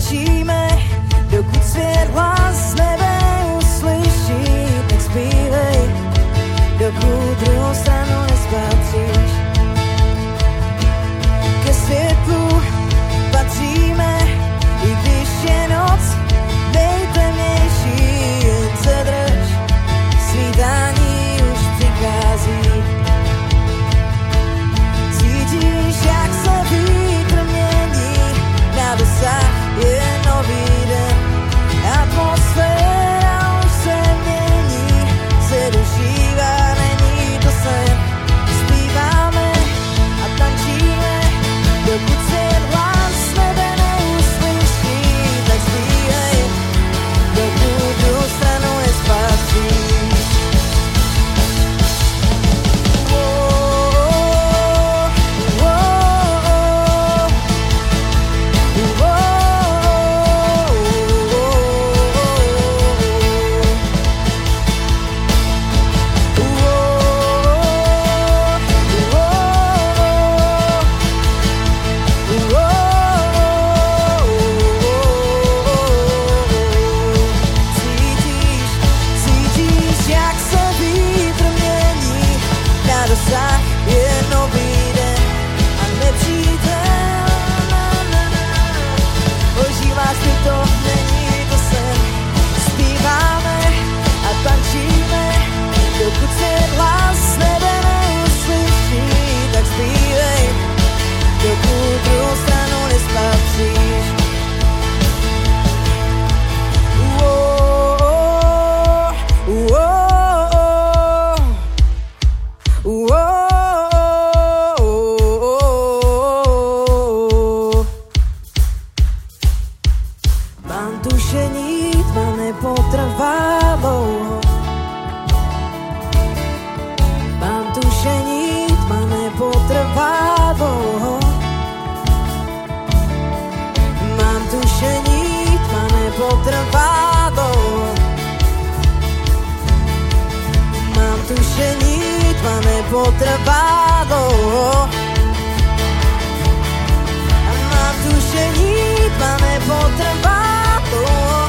tančíme, dokud svět hlas nebe uslyší, tak zpívej, dokud druhou stranu nespatříš. Ke světlu patříme, i když je noc nejtemnější, jen se drž, svítání už přichází. Cítíš, jak se vítr mění, na dosah je nový den. Atmosféra už se mění, se dožívá, není to sen. Zpíváme a tančíme, dokud svět hlas nebe neuslyší, tak zpívej, dokud druhou stranu nespatříš. Dokud svět hlas nebe neuslyší, tak zpívej, dokud druhou stranu nespatříš. Mám tušení, tma nepotrvá dlouho. Tma nepotrvá dlouho. Mám tušení, tma nepotrvá dlouho. Mám tušení, tma nepotrvá dlouho. Mám tušení, tma nepotrvá dlouho.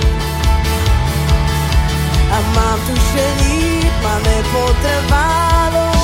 A mám tušení, tma nepotrvá dlouho.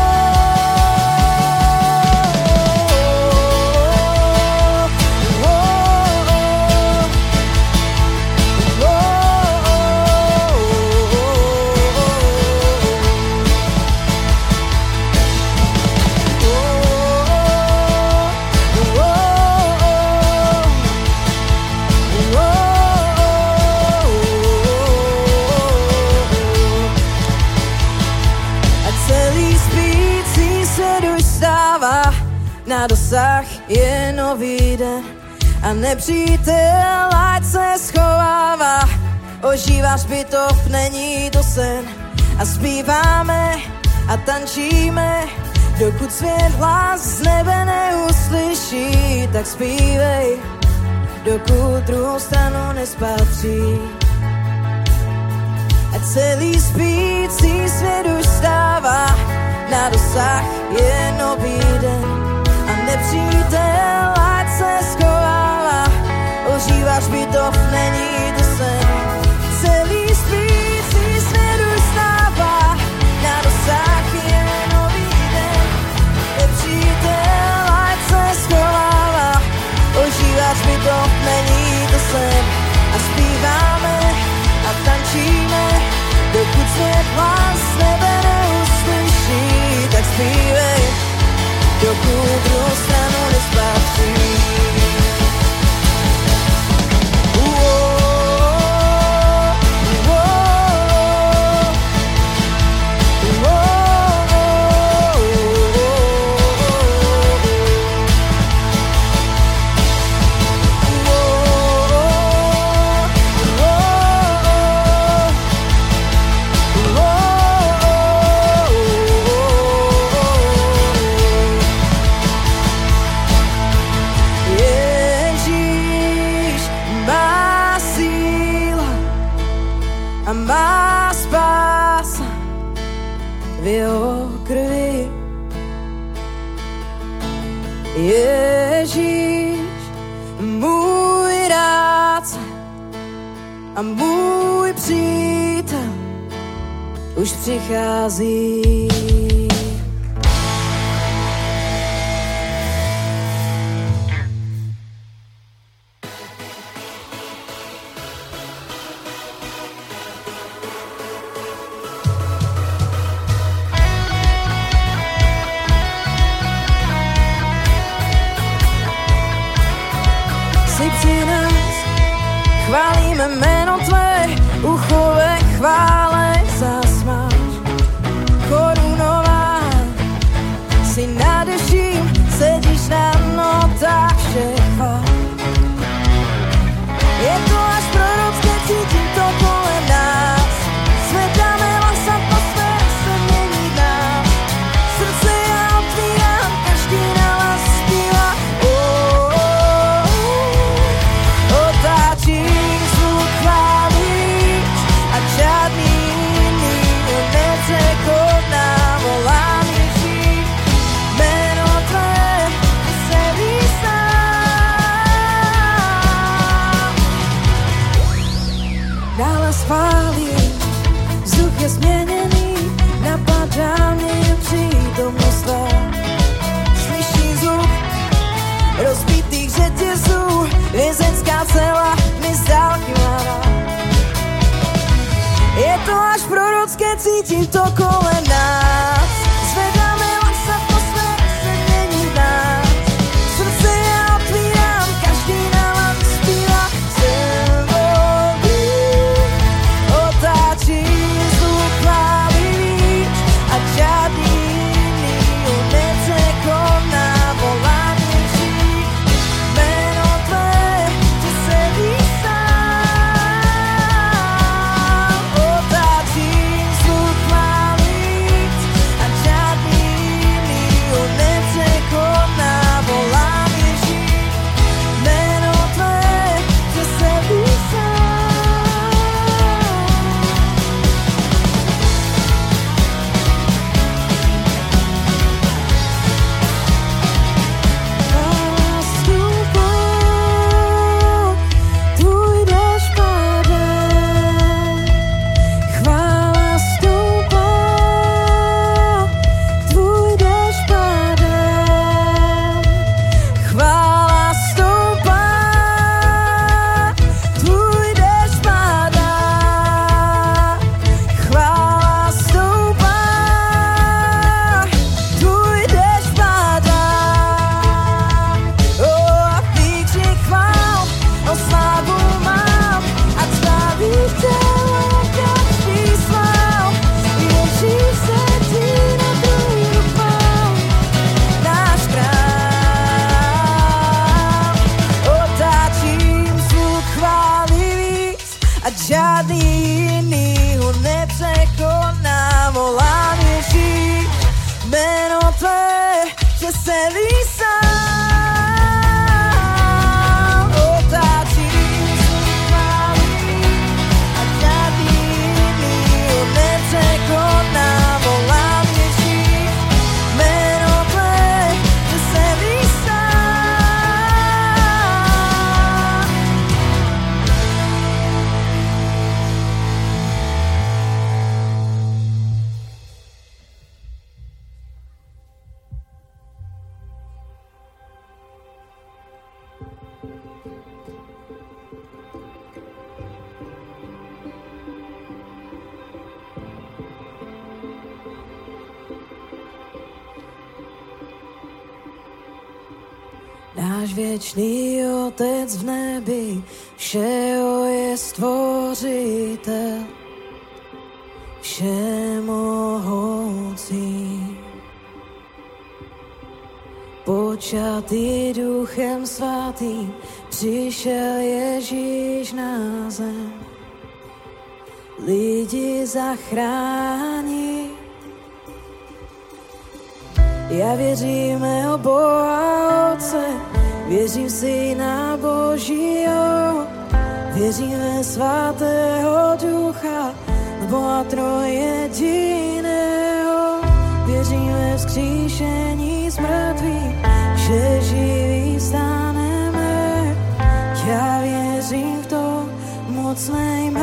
Na dosah je nový den a nepřítel ať se schovává. Ožívá hřbitov, není to sen. A zpíváme a tančíme, dokud svět hlas z nebe neuslyší. Tak zpívej, dokud druhou stranu nespatří. A celý spící svět už stává, na dosah je nový den. A nepřítel ať se schovává, ožívá hřbitov, není to sen. Celý spící svět už stává, na dosah je nový den. Nepřítel ať se schovává, ožívá hřbitov, není to sen. A zpíváme a tančíme, dokud svět hlas nebe neuslyší, tak zpívej, dokud druhou stranu nespatří. A má spása v jeho krvi. Ježíš, můj rád. a můj přítel už přichází. Chválíme jméno tvé, ucho ve chvále zasmáš. Korunován si nade vším, sedíš na notách všech chvál. Je to až prorocké, cítím to kolem nás. Zvedáme hlas, atmosféra se mění v nás. Srdce já otvírám, každý na vás zpívá. Otáčím zvuk chválíš a žádný jiný nepřekoná. Volám Ježíš, jméno tvé se lísá. Dále schválím, vzduch je změněný, napadá mě přítomnost tvá. Slyším zvuk rozbitých řetězů, vězeňská cela mi z dálky mává. Je to až prorocké, cítím to kolem nás. Zvedáme hlas, atmosféra se mění v nás. Srdce já otvírám, každý na vás zpívá. Jsem volný, otáčím zvuk chválíš a žádný jiný ho nepřekoná. Volám Ježíš, jméno tvé, že se lísá. Otáčím zvuk chválíš a žádný jiný ho nepřekoná. Volám Ježíš, jméno tvé, že se lísá. Chvála stoupá, tvůj déšť padá. Chvála stoupá, tvůj déšť padá. Chvála stoupá, tvůj déšť padá. A výkřik chvál, oslavu mám, ať slaví tělo každý slál. Ježíš se ti na druhou chvál, náš král. Otáčím zvuk chvály víc, ať žádný jiný ho nepřekoná. Volám Ježíš, jméno tvé, že se lísá. Otáčím zvuk chvály a žádný jiný ho nepřekoná. Volám Ježíš, jméno tvé, že se lísá. Náš věčný Otec v nebi, všeho je stvořitel, všemohoucí. Počatý Duchem svatým, přišel Ježíš na zem, lidi zachránit. Já věřím mého Boha Otce, věřím v Syna Božího, věřím ve svatého Ducha, v Boha trojjediného. Věřím ve vzkříšení z mrtvých, že živí staneme. Já věřím v to mocné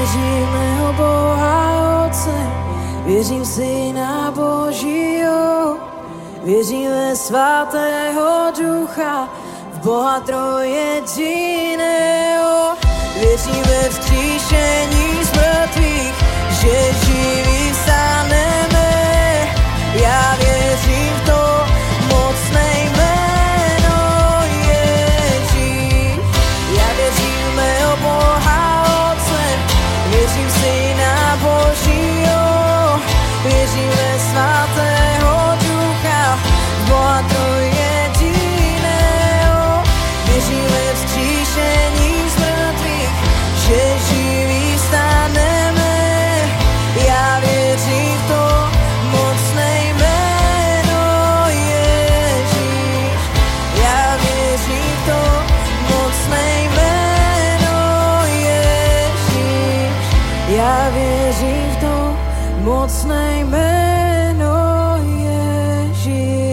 věřím mého Boha Otce, věřím Syna Božího, věřím ve svatého Ducha, v Boha trojjediného. Věřím ve vzkříšení z mrtvých, že živí vstaneme. Já věřím v to mocné jméno Ježíš. Já věřím v mého Boha Otce, věřím Syna Božího, věřím ve svatého Ducha, v Boha trojjediného. Věřím ve vzkříšení z mrtvých, že živí vstaneme. Já věřím v to mocné jméno Ježíš. Já věřím v to mocné jméno Ježíš. Já věřím v to mocné jméno Ježíš.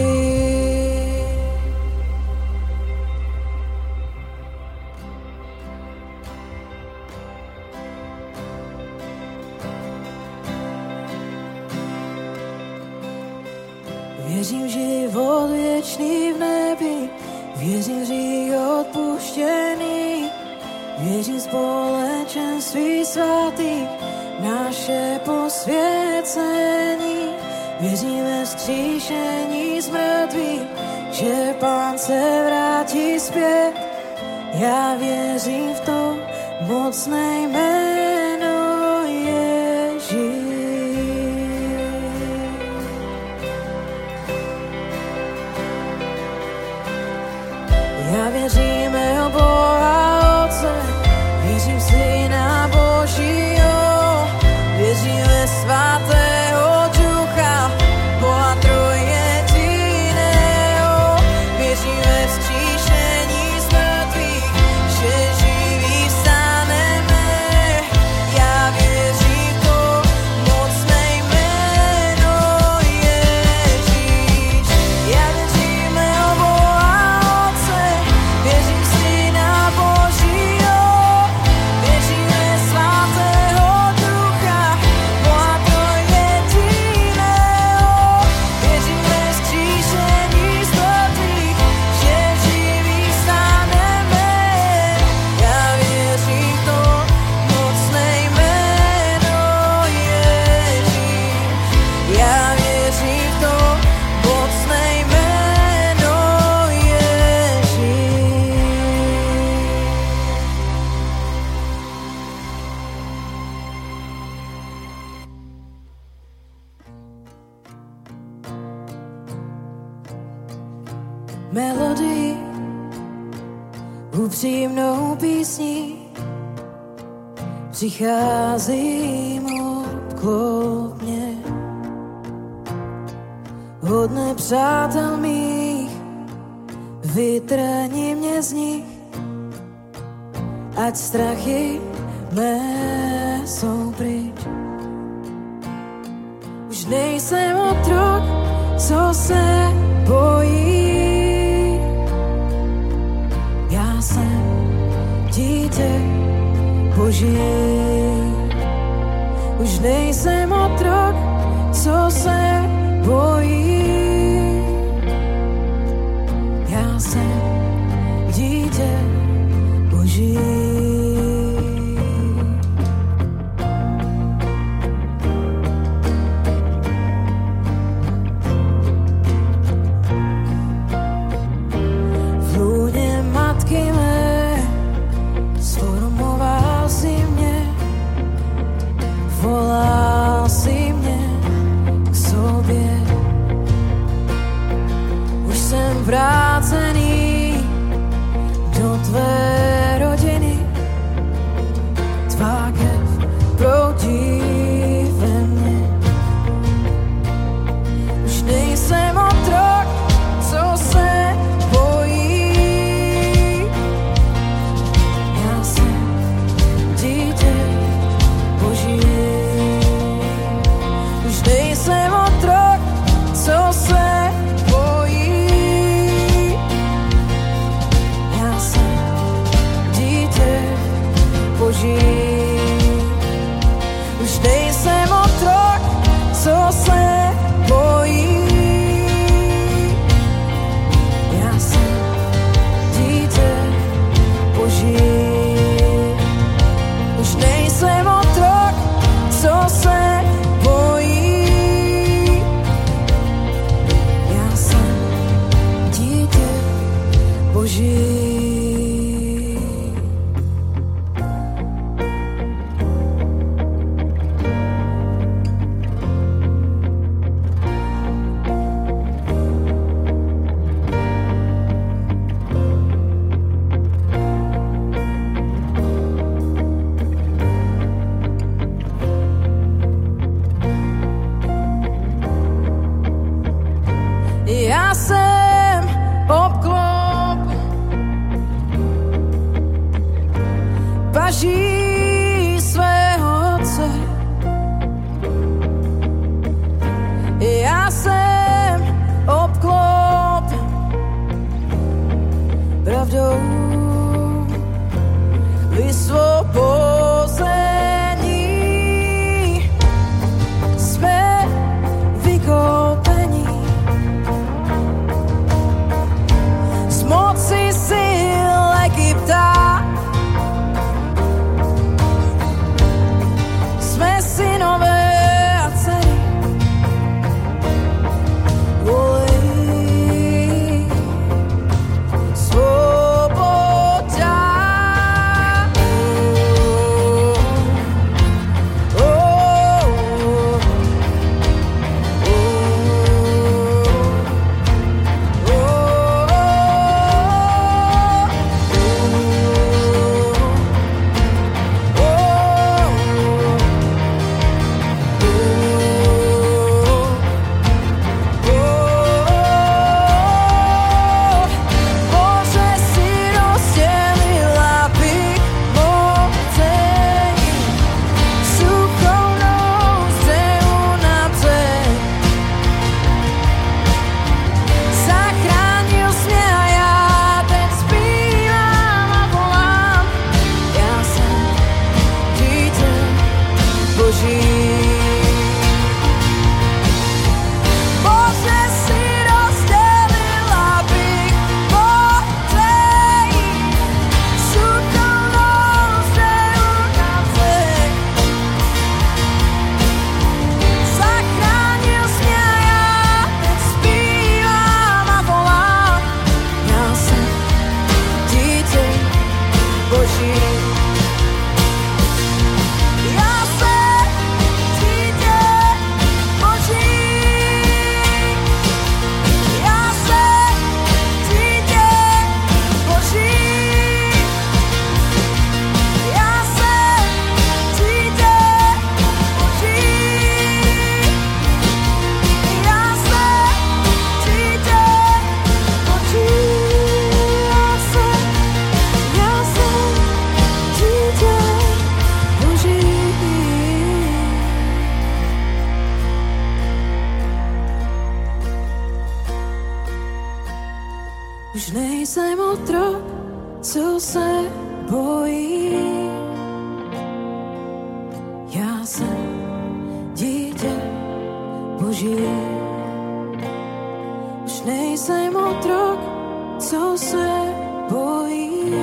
Věřím v život věčný v nebi, věřím v hřích odpuštěný, věřím v společenství svatých, naše posvěcení. Věřím ve vzkříšení z mrtvých, že Pán se vrátí zpět. Já věřím v to mocné jméno Ježíš. Já věřím mého Boha Otce, věřím Syna Božího, věřím ve svatého Ducha, Boha trojjediného. Věřím ve vzkříšení z mrtvých, že živí vstaneme. Já věřím v to mocné jméno Ježíš. Já věřím mého Boha Otce, věřím Syna Božího, věřím ve svatého Ducha, Boha trojjediného. Věřím ve vzkříšení z mrtvých, že živí vstaneme. Já věřím v to mocné jméno Ježíš. Já věřím v to mocné jméno Ježíš. Melodii upřímnou písní přicházím obklopně od nepřátel mých, vytrhni mě z nich, ať strachy mé jsou pryč. Už nejsem otrok, co se bojí. Já jsem dítě Boží. Už nejsem otrok, co se bojí. Já jsem dítě Boží. V lůně matky mé sformoval si mě, volal si mě k sobě. Už jsem vrácený do tvé rodiny, tvá krev proudí ve mně. Už nejsem otrok, co se bojí. Já jsem dítě Boží. Už nejsem otrok, co se bojí. Já jsem dítě Boží. Už nejsem otrok, co se bojí. Já jsem dítě Boží. Už nejsem otrok, co se bojí. Já jsem dítě Boží. Já jsem obklop paží svého otce. Já jsem obklop pravdou vysvobození. Jsme vykoupení z moci sil Egypta. Jsme synové a dcery volí. Svoboda. Už nejsem otrok, co se bojí. Já jsem dítě Boží. Už nejsem otrok, co se bojí.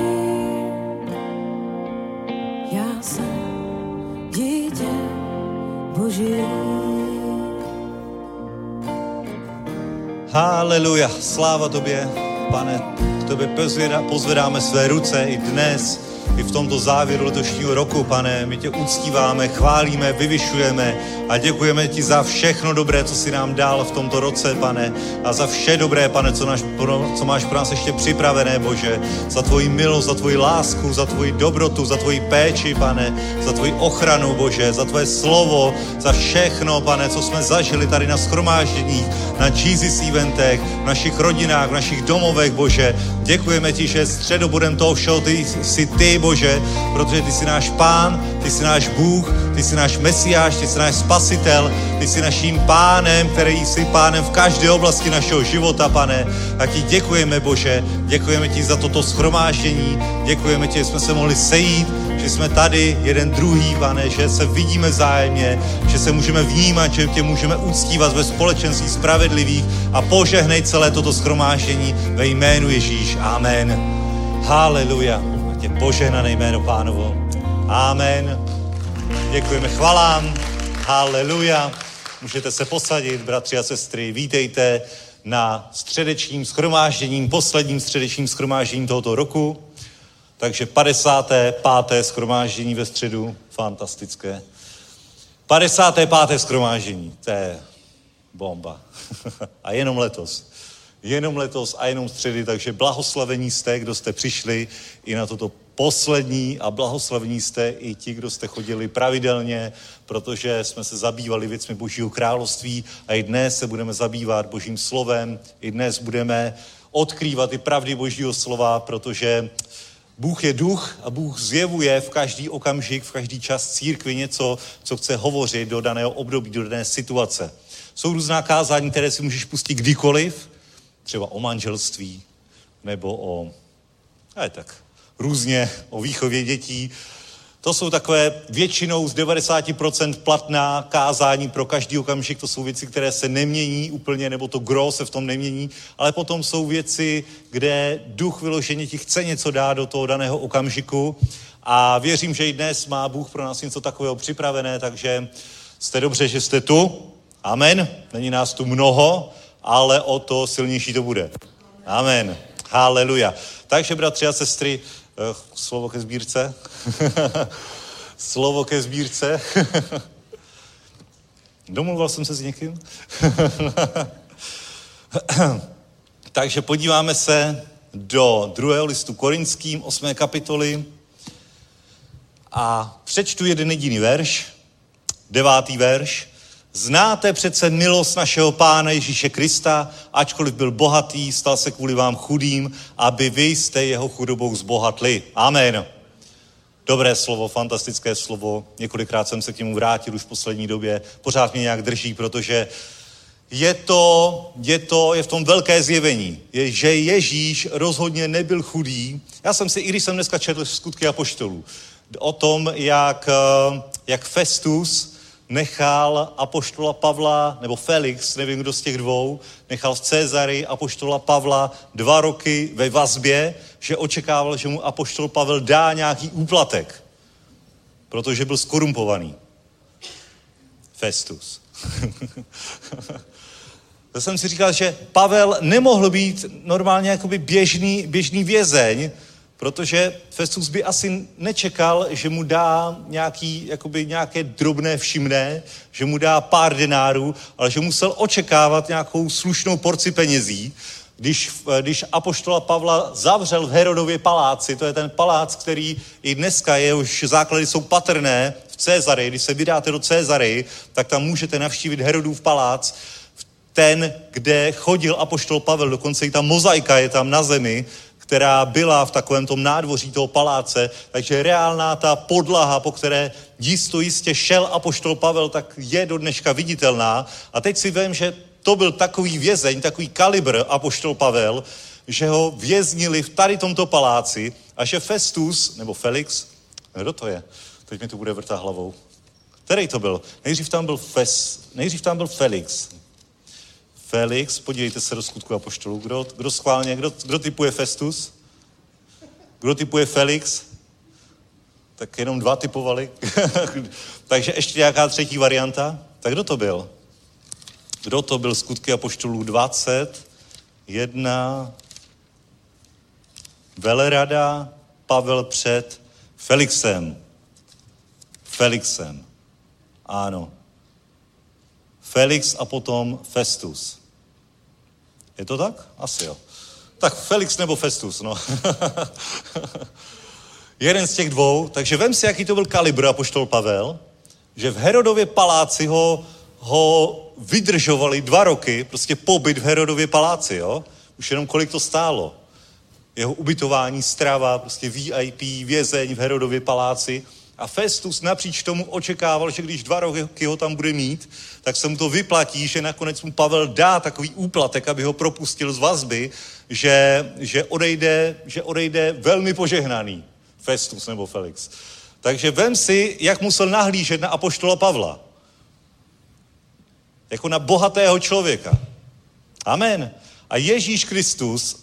Já jsem dítě Boží. Haleluja, sláva tobě, Pane, k tobě pozvedáme své ruce i dnes, i v tomto závěru letošního roku, Pane. My tě uctíváme, chválíme, vyvyšujeme a děkujeme ti za všechno dobré, co jsi nám dal v tomto roce, Pane. A za vše dobré, Pane, co máš pro nás ještě připravené, Bože. Za tvoji milost, za tvoji lásku, za tvoji dobrotu, za tvoji péči, Pane. Za tvoji ochranu, Bože, za tvoje slovo, za všechno, Pane, co jsme zažili tady na shromážděních, na Jesus eventech, v našich rodinách, v našich domovech, Bože. Děkujeme ti, že středobodem toho všeho jsi ty, naději, Bože, protože ty jsi náš Pán, ty jsi náš Bůh, ty jsi náš Mesiáš, ty jsi náš Spasitel, ty jsi naším Pánem, který jsi Pánem v každé oblasti našeho života, Pane. Tak ti děkujeme, Bože, děkujeme ti za toto shromáždění, děkujeme ti, že jsme se mohli sejít, že jsme tady jeden druhý, Pane, že se vidíme vzájemně, že se můžeme vnímat, že tě můžeme uctívat ve společenství spravedlivých a požehnej celé toto shromáždění ve jménu Ježíš. Amen. Haleluja. A tě požehnané jméno Pánovo. Amen. Děkujeme, chvalám. Haleluja. Můžete se posadit, bratři a sestry. Vítejte na středečním shromáždění, posledním středečním shromáždění tohoto roku. Takže 55. shromáždění ve středu. Fantastické. 55. shromáždění. To je bomba. A jenom letos. Jenom letos a jenom středy, takže blahoslavení jste, kdo jste přišli i na toto poslední a blahoslavení jste i ti, kdo jste chodili pravidelně, protože jsme se zabývali věcmi Božího království a i dnes se budeme zabývat Božím slovem, i dnes budeme odkrývat i pravdy Božího slova, protože Bůh je duch a Bůh zjevuje v každý okamžik, v každý čas církvi něco, co chce hovořit do daného období, do dané situace. Jsou různá kázání, které si můžeš pustit kdykoliv, třeba o manželství, nebo různě o výchově dětí. To jsou takové většinou z 90% platná kázání pro každý okamžik. To jsou věci, které se nemění úplně, nebo to gros se v tom nemění. Ale potom jsou věci, kde duch vyloženě ti chce něco dát do toho daného okamžiku. A věřím, že i dnes má Bůh pro nás něco takového připravené, takže jste dobře, že jste tu. Amen. Není nás tu mnoho, ale o to silnější to bude. Amen. Haleluja. Takže, bratři a sestry, slovo ke sbírce. Slovo ke sbírce. Domluvil jsem se s někým? Takže podíváme se do 2. listu Korinským, 8. kapitoly a přečtu jeden jediný verš, 9. verš. Znáte přece milost našeho Pána Ježíše Krista, ačkoliv byl bohatý, stal se kvůli vám chudým, aby vy jste jeho chudobou zbohatli. Amen. Dobré slovo, fantastické slovo. Několikrát jsem se k němu vrátil už v poslední době. Pořád mě nějak drží, protože je v tom velké zjevení, že Ježíš rozhodně nebyl chudý. Já jsem si, i když jsem dneska četl Skutky apoštolů, o tom, jak Festus nechal apoštola Pavla, nebo Felix, nevím, kdo z těch dvou, nechal v Cezary apoštola Pavla 2 roky ve vazbě, že očekával, že mu apoštol Pavel dá nějaký úplatek, protože byl skorumpovaný. Festus. To jsem si říkal, že Pavel nemohl být normálně jakoby běžný vězeň, protože Festus by asi nečekal, že mu dá nějaké drobné všimné, že mu dá pár denárů, ale že musel očekávat nějakou slušnou porci penězí. Když apoštola Pavla zavřel v Herodově paláci, to je ten palác, který i dneska jehož základy jsou patrné v Cezareji, když se vydáte do Cezareji, tak tam můžete navštívit Herodův palác, ten, kde chodil apoštol Pavel, dokonce i ta mozaika je tam na zemi, která byla v takovém tom nádvoří toho paláce, takže reálná ta podlaha, po které jistě šel apoštol Pavel, tak je do dneška viditelná. A teď si vím, že to byl takový vězeň, takový kalibr apoštol Pavel, že ho věznili v tady tomto paláci a že Festus, nebo Felix, kdo to je? Teď mi to bude vrtat hlavou. Který to byl? Nejdřív tam byl Felix. Felix, podívejte se do Skutku apoštolů. Kdo schválně, kdo typuje Festus? Kdo typuje Felix? Tak jenom 2 typovali. Takže ještě nějaká třetí varianta. Tak kdo to byl? Kdo to byl? Skutky apoštolů 21. Velerada, Pavel před Felixem. Ano. Felix a potom Festus. Je to tak? Asi jo. Tak Felix nebo Festus, no. Jeden z těch dvou. Takže vem si, jaký to byl kalibr apoštol Pavel, že v Herodově paláci ho vydržovali 2 roky, prostě pobyt v Herodově paláci, jo. Už jenom kolik to stálo. jeho ubytování, strava, prostě VIP, vězeň v Herodově paláci. A Festus napříč tomu očekával, že když 2 roky ho tam bude mít, tak se mu to vyplatí, že nakonec mu Pavel dá takový úplatek, aby ho propustil z vazby, že odejde velmi požehnaný Festus nebo Felix. Takže vem si, jak musel nahlížet na apoštola Pavla. Jako na bohatého člověka. Amen. A Ježíš Kristus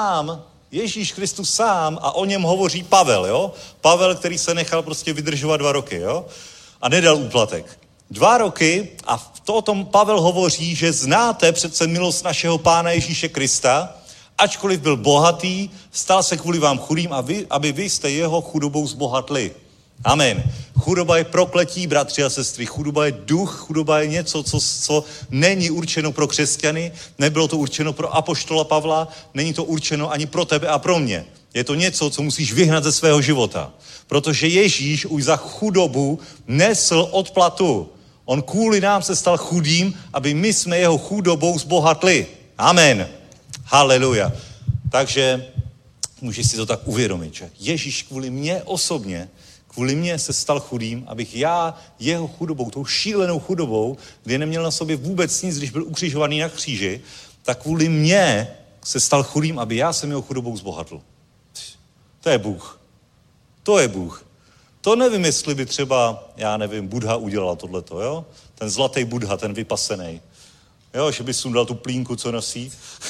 sám, a o něm hovoří Pavel, jo? Pavel, který se nechal prostě vydržovat 2 roky, jo? A nedal úplatek. 2 roky a to o tom Pavel hovoří, že znáte přece milost našeho Pána Ježíše Krista, ačkoliv byl bohatý, stal se kvůli vám chudým, aby vy jste jeho chudobou zbohatli. Amen. Chudoba je prokletí, bratři a sestry. Chudoba je duch, chudoba je něco, co není určeno pro křesťany, nebylo to určeno pro apoštola Pavla, není to určeno ani pro tebe a pro mě. Je to něco, co musíš vyhnat ze svého života. Protože Ježíš už za chudobu nesl odplatu. On kvůli nám se stal chudým, aby my jsme jeho chudobou zbohatli. Amen. Haleluja. Takže můžeš si to tak uvědomit, že Ježíš kvůli mně osobně, kvůli mně se stal chudým, abych já jeho chudobou, tou šílenou chudobou, kdy neměl na sobě vůbec nic, když byl ukřižovaný na kříži, tak kvůli mně se stal chudým, aby já jsem jeho chudobou zbohatl. To je Bůh. To je Bůh. To nevím, jestli by třeba, Buddha udělal tohleto, jo? Ten zlatý Buddha, ten vypasený. Jo, že by sundal tu plínku, co nosí.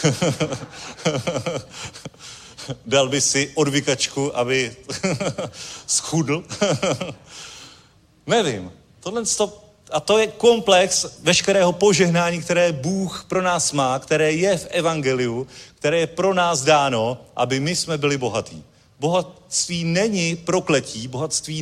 Dal by si odvykačku, aby schudl. Nevím. A to je komplex veškerého požehnání, které Bůh pro nás má, které je v evangeliu, které je pro nás dáno, aby my jsme byli bohatí. Bohatství není prokletí, bohatství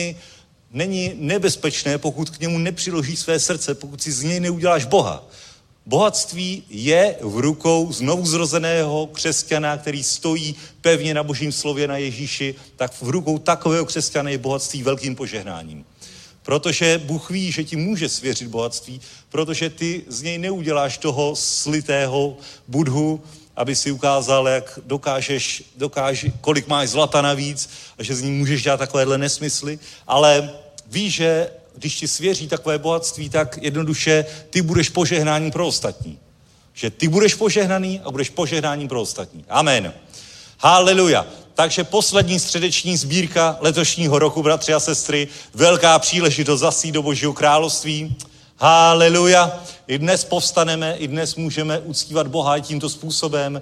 není nebezpečné, pokud k němu nepřiloží své srdce, pokud si z něj neuděláš Boha. Bohatství je v rukou znovuzrozeného křesťana, který stojí pevně na Božím slově, na Ježíši, tak v rukou takového křesťana je bohatství velkým požehnáním. Protože Bůh ví, že ti může svěřit bohatství, protože ty z něj neuděláš toho slitého Budhu, aby si ukázal, jak dokážeš, kolik máš zlata navíc a že z ní můžeš dělat takovéhle nesmysly, ale víš, že když ti svěří takové bohatství, tak jednoduše ty budeš požehnáním pro ostatní. Že ty budeš požehnaný a budeš požehnáním pro ostatní. Amen. Haleluja. Takže poslední středeční sbírka letošního roku, bratři a sestry, velká příležitost zasít do Božího království. Haleluja. I dnes povstaneme, i dnes můžeme uctívat Boha tímto způsobem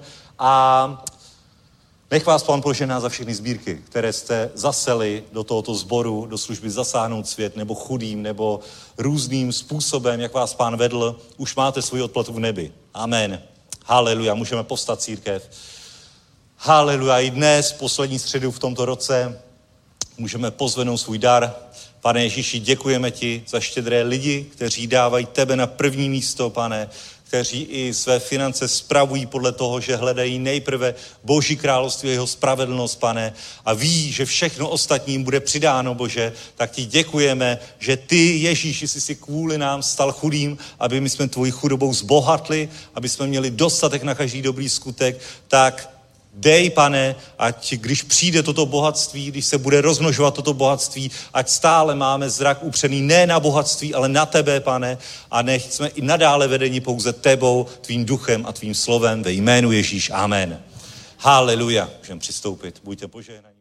a nech vás Pán požehná za všechny sbírky, které jste zaseli do tohoto sboru, do služby Zasáhnout svět, nebo chudým, nebo různým způsobem, jak vás Pán vedl, už máte svůj odplatu v nebi. Amen. Haleluja. Můžeme povstat, církev. Haleluja. I dnes, poslední středu v tomto roce, můžeme pozvednout svůj dar. Pane Ježíši, děkujeme ti za štědré lidi, kteří dávají tebe na první místo, Pane, kteří i své finance spravují podle toho, že hledají nejprve Boží království a jeho spravedlnost, Pane, a ví, že všechno ostatním bude přidáno, Bože, tak ti děkujeme, že ty, Ježíši, jsi si kvůli nám stal chudým, aby my jsme tvojí chudobou zbohatli, aby jsme měli dostatek na každý dobrý skutek, tak dej, Pane, ať když přijde toto bohatství, když se bude rozmnožovat toto bohatství, ať stále máme zrak upřený ne na bohatství, ale na tebe, Pane, a nech jsme i nadále vedeni pouze tebou, tvým duchem a tvým slovem ve jménu Ježíš. Amen. Haleluja. Můžeme přistoupit. Buďte požehnaní.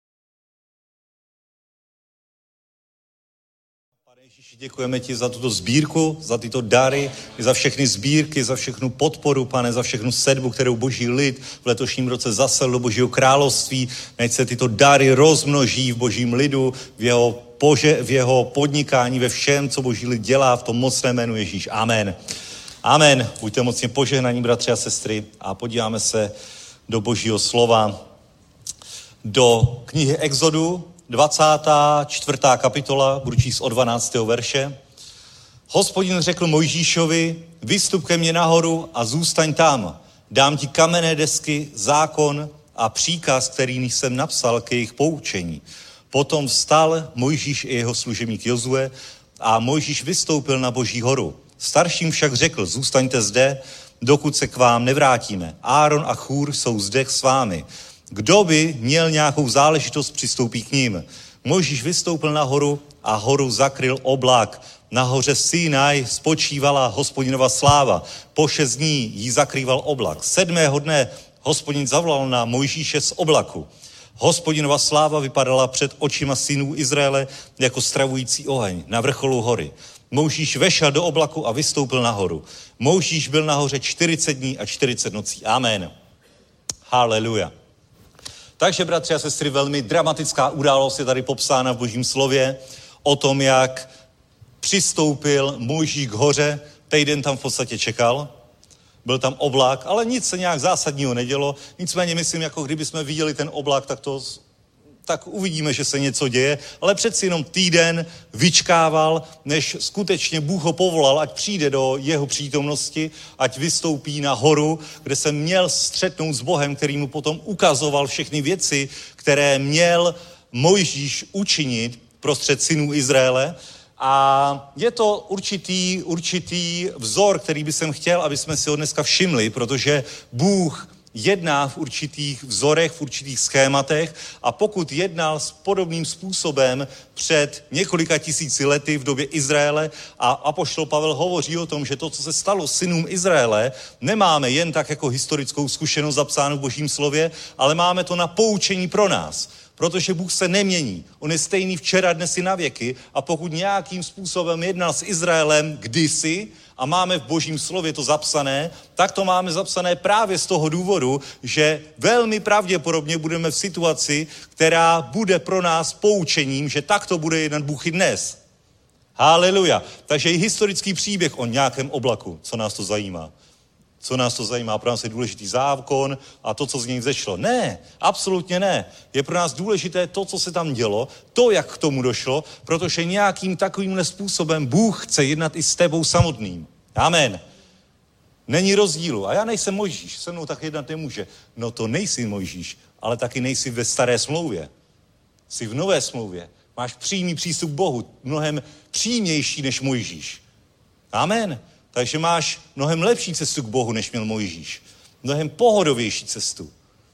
Děkujeme ti za tuto sbírku, za tyto dary, za všechny sbírky, za všechnu podporu, Pane, za všechnu sedbu, kterou Boží lid v letošním roce zasel do Božího království. Nech se tyto dary rozmnoží v Božím lidu, v jeho podnikání, ve všem, co Boží lid dělá v tom mocném jménu Ježíš. Amen. Amen. Buďte mocně požehnaní, bratři a sestry, a podíváme se do Božího slova, do knihy Exodu, 24. kapitola, budu číst od 12. verše. Hospodin řekl Mojžíšovi, vystup ke mně nahoru a zůstaň tam. Dám ti kamenné desky, zákon a příkaz, který jsem napsal ke jejich poučení. Potom vstal Mojžíš i jeho služebník Jozue a Mojžíš vystoupil na Boží horu. Starším však řekl, zůstaňte zde, dokud se k vám nevrátíme. Áron a Chúr jsou zde s vámi. Kdo by měl nějakou záležitost, přistoupí k ním. Mojžíš vystoupil nahoru a horu zakryl oblak. Na hoře Sinaj spočívala Hospodinova sláva. Po 6 dní jí zakrýval oblak. 7. dne Hospodin zavolal na Mojžíše z oblaku. Hospodinova sláva vypadala před očima synů Izraele jako stravující oheň na vrcholu hory. Mojžíš vešel do oblaku a vystoupil nahoru. Mojžíš byl nahoře 40 dní a 40 nocí. Amen. Haleluja. Takže, bratři a sestry, velmi dramatická událost je tady popsána v Božím slově o tom, jak přistoupil Mojžíš k hoře, týden tam v podstatě čekal, byl tam oblak, ale nic se nějak zásadního nedělo, nicméně myslím, jako kdybychom viděli ten oblak, tak uvidíme, že se něco děje, ale přeci jenom týden vyčkával, než skutečně Bůh ho povolal, ať přijde do jeho přítomnosti, ať vystoupí na horu, kde se měl střetnout s Bohem, který mu potom ukazoval všechny věci, které měl Mojžíš učinit prostřed synů Izraele. A je to určitý vzor, který bych chtěl, aby jsme si ho dneska všimli, protože Bůh jedná v určitých vzorech, v určitých schématech a pokud jednal s podobným způsobem před několika tisíci lety v době Izraele a apoštol Pavel hovoří o tom, že to, co se stalo synům Izraele, nemáme jen tak jako historickou zkušenost zapsánou v Božím slově, ale máme to na poučení pro nás. Protože Bůh se nemění. On je stejný včera, dnes i na věky a pokud nějakým způsobem jednal s Izraelem kdysi a máme v Božím slově to zapsané, tak to máme zapsané právě z toho důvodu, že velmi pravděpodobně budeme v situaci, která bude pro nás poučením, že takto bude jednat Bůh i dnes. Haleluja. Takže i historický příběh o nějakém oblaku, co nás to zajímá. Co nás to zajímá? Pro nás je důležitý zákon a to, co z něj vzešlo. Ne, absolutně ne. Je pro nás důležité to, co se tam dělo, to, jak k tomu došlo, protože nějakým takovýmhle způsobem Bůh chce jednat i s tebou samotným. Amen. Není rozdílu. A já nejsem Mojžíš, se mnou tak jednat nemůže. No to nejsi Mojžíš, ale taky nejsi ve staré smlouvě. Jsi v nové smlouvě. Máš přímý přístup k Bohu, mnohem přímější než Mojžíš. Amen. Takže máš mnohem lepší cestu k Bohu, než měl Mojžíš. Mnohem pohodovější cestu.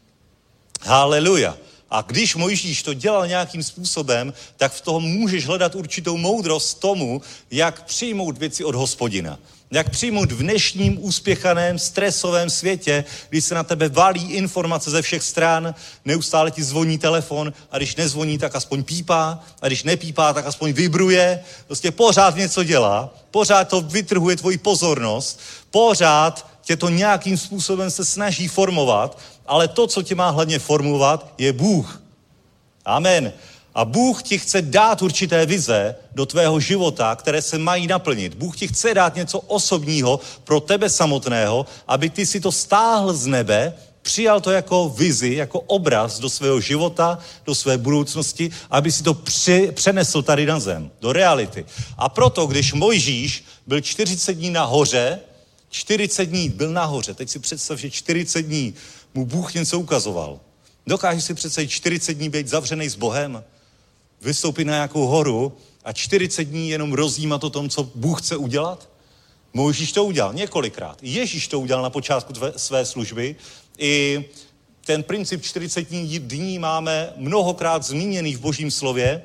Haleluja. A když Mojžíš to dělal nějakým způsobem, tak v tom můžeš hledat určitou moudrost tomu, jak přijmout věci od Hospodina. Jak přijmout v dnešním úspěchaném, stresovém světě, kdy se na tebe valí informace ze všech stran, neustále ti zvoní telefon a když nezvoní, tak aspoň pípá a když nepípá, tak aspoň vibruje. Prostě pořád něco dělá, pořád to vytrhuje tvoji pozornost, pořád tě to nějakým způsobem se snaží formovat, ale to, co tě má hlavně formovat, je Bůh. Amen. A Bůh ti chce dát určité vize do tvého života, které se mají naplnit. Bůh ti chce dát něco osobního pro tebe samotného, aby ty si to stáhl z nebe, přijal to jako vizi, jako obraz do svého života, do své budoucnosti, aby si to přenesl tady na zem, do reality. A proto, když Mojžíš byl 40 dní nahoře, 40 dní byl nahoře, teď si představ, že 40 dní mu Bůh něco ukazoval. Dokážeš si představit 40 dní být zavřený s Bohem, vystoupit na nějakou horu a 40 dní jenom rozjímat o tom, co Bůh chce udělat? Mojžíš to udělal několikrát. Ježíš to udělal na počátku své služby. I ten princip 40 dní máme mnohokrát zmíněný v Božím slově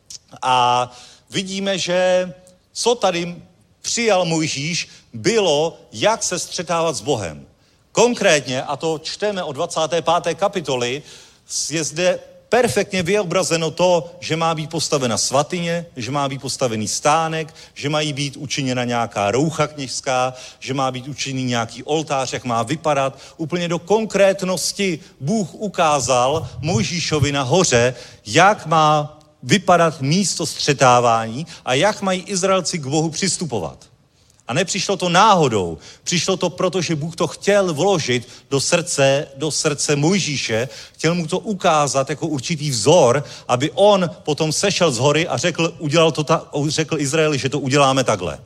a vidíme, že co tady přijal Mojžíš, bylo, jak se střetávat s Bohem. Konkrétně, a to čteme od 25. kapitoly, je zde perfektně vyobrazeno to, že má být postavena svatyně, že má být postavený stánek, že mají být učiněna nějaká roucha kněžská, že má být učiněný nějaký oltář, jak má vypadat. Úplně do konkrétnosti Bůh ukázal Mojžíšovi na hoře, jak má vypadat místo střetávání a jak mají Izraelci k Bohu přistupovat. A nepřišlo to náhodou. Přišlo to proto, že Bůh to chtěl vložit do srdce Mojžíše, chtěl mu to ukázat jako určitý vzor, aby on potom sešel z hory a řekl Izraeli, že to uděláme takhle.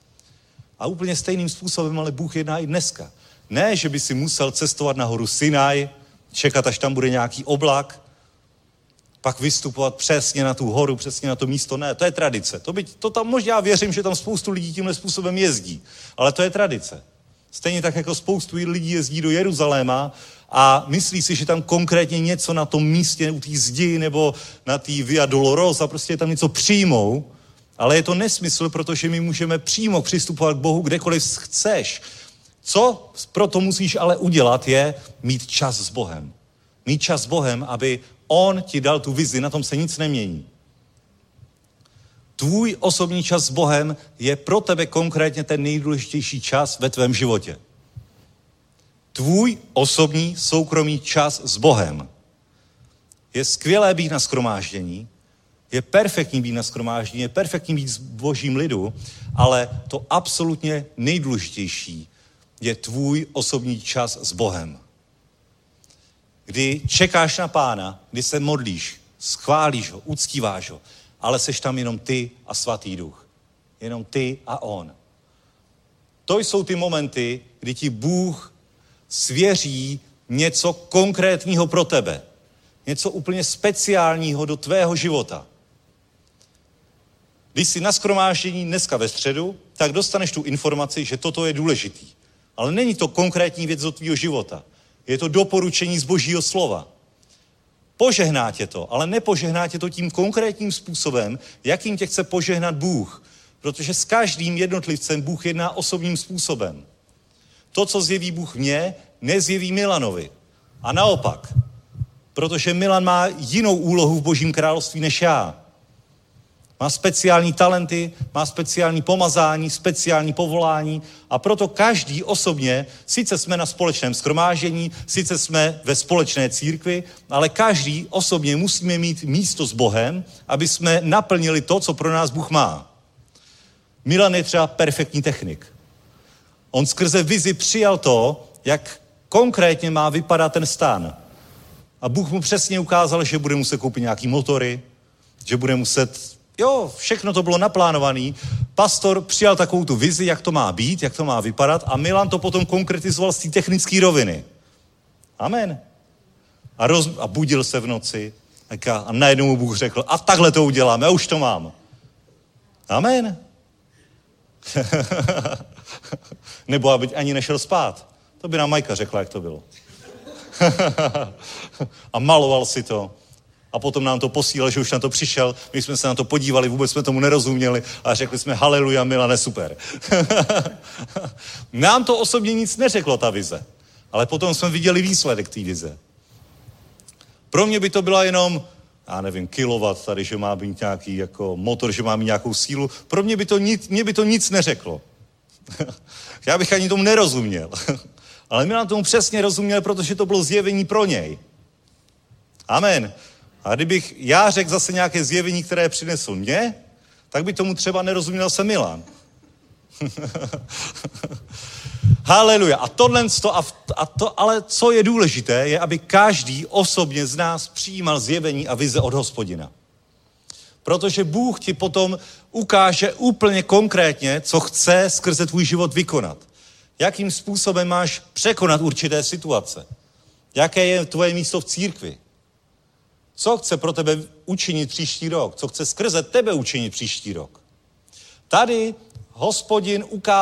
A úplně stejným způsobem ale Bůh jedná i dneska. Ne, že by si musel cestovat na horu Sinaj, čekat, až tam bude nějaký oblak, pak vystupovat přesně na tu horu, přesně na to místo. Ne, to je tradice. To tam možná já věřím, že tam spoustu lidí tímhle způsobem jezdí. Ale to je tradice. Stejně tak, jako spoustu lidí jezdí do Jeruzaléma a myslí si, že tam konkrétně něco na tom místě u té zdi nebo na té Via Dolorosa, prostě tam něco přijmou, ale je to nesmysl, protože my můžeme přímo přistupovat k Bohu kdekoliv chceš. Co proto musíš ale udělat, je mít čas s Bohem. Mít čas s Bohem, aby on ti dal tu vizi, na tom se nic nemění. Tvůj osobní čas s Bohem je pro tebe konkrétně ten nejdůležitější čas ve tvém životě. Tvůj osobní soukromý čas s Bohem. Je skvělé být na shromáždění, je perfektní být na shromáždění, je perfektní být s Božím lidu, ale to absolutně nejdůležitější je tvůj osobní čas s Bohem. Kdy čekáš na Pána, kdy se modlíš, schválíš ho, uctíváš ho, ale seš tam jenom ty a Svatý Duch. Jenom ty a on. To jsou ty momenty, kdy ti Bůh svěří něco konkrétního pro tebe. Něco úplně speciálního do tvého života. Když jsi na shromáždění dneska ve středu, tak dostaneš tu informaci, že toto je důležitý. Ale není to konkrétní věc do tvýho života. Je to doporučení z Božího slova. Požehná tě to, ale nepožehná tě to tím konkrétním způsobem, jakým tě chce požehnat Bůh. Protože s každým jednotlivcem Bůh jedná osobním způsobem. To, co zjeví Bůh mně, nezjeví Milanovi. A naopak. Protože Milan má jinou úlohu v Božím království než já. Má speciální talenty, má speciální pomazání, speciální povolání a proto každý osobně, sice jsme na společném shromáždění, sice jsme ve společné církvi, ale každý osobně musíme mít místo s Bohem, aby jsme naplnili to, co pro nás Bůh má. Milan je třeba perfektní technik. On skrze vizi přijal to, jak konkrétně má vypadat ten stan. A Bůh mu přesně ukázal, že bude muset koupit nějaký motory, že bude muset... Jo, všechno to bylo naplánované. Pastor přijal takovou tu vizi, jak to má být, jak to má vypadat a Milan to potom konkretizoval z té technické roviny. Amen. A budil se v noci a najednou mu Bůh řekl, a takhle to uděláme, a už to mám. Amen. Nebo aby ani nešel spát. To by nám Majka řekla, jak to bylo. A maloval si to. A potom nám to posílal, že už na to přišel. My jsme se na to podívali, vůbec jsme tomu nerozuměli a řekli jsme haleluja, Milane, super. Nám to osobně nic neřeklo, ta vize. Ale potom jsme viděli výsledek té vize. Pro mě by to byla jenom, já nevím, kilowatt tady, že má být nějaký jako motor, že má mít nějakou sílu. Pro mě by to nic neřeklo. Já bych ani tomu nerozuměl. Ale Milan tomu přesně rozuměl, protože to bylo zjevení pro něj. Amen. A kdybych já řekl zase nějaké zjevení, které přinesl mě, tak by tomu třeba nerozuměl se Milan. Haleluja. A tohle, ale co je důležité, je, aby každý osobně z nás přijímal zjevení a vize od Hospodina. Protože Bůh ti potom ukáže úplně konkrétně, co chce skrze tvůj život vykonat. Jakým způsobem máš překonat určité situace. Jaké je tvoje místo v církvi. Co chce pro tebe učinit příští rok? Co chce skrze tebe učinit příští rok? Tady Hospodin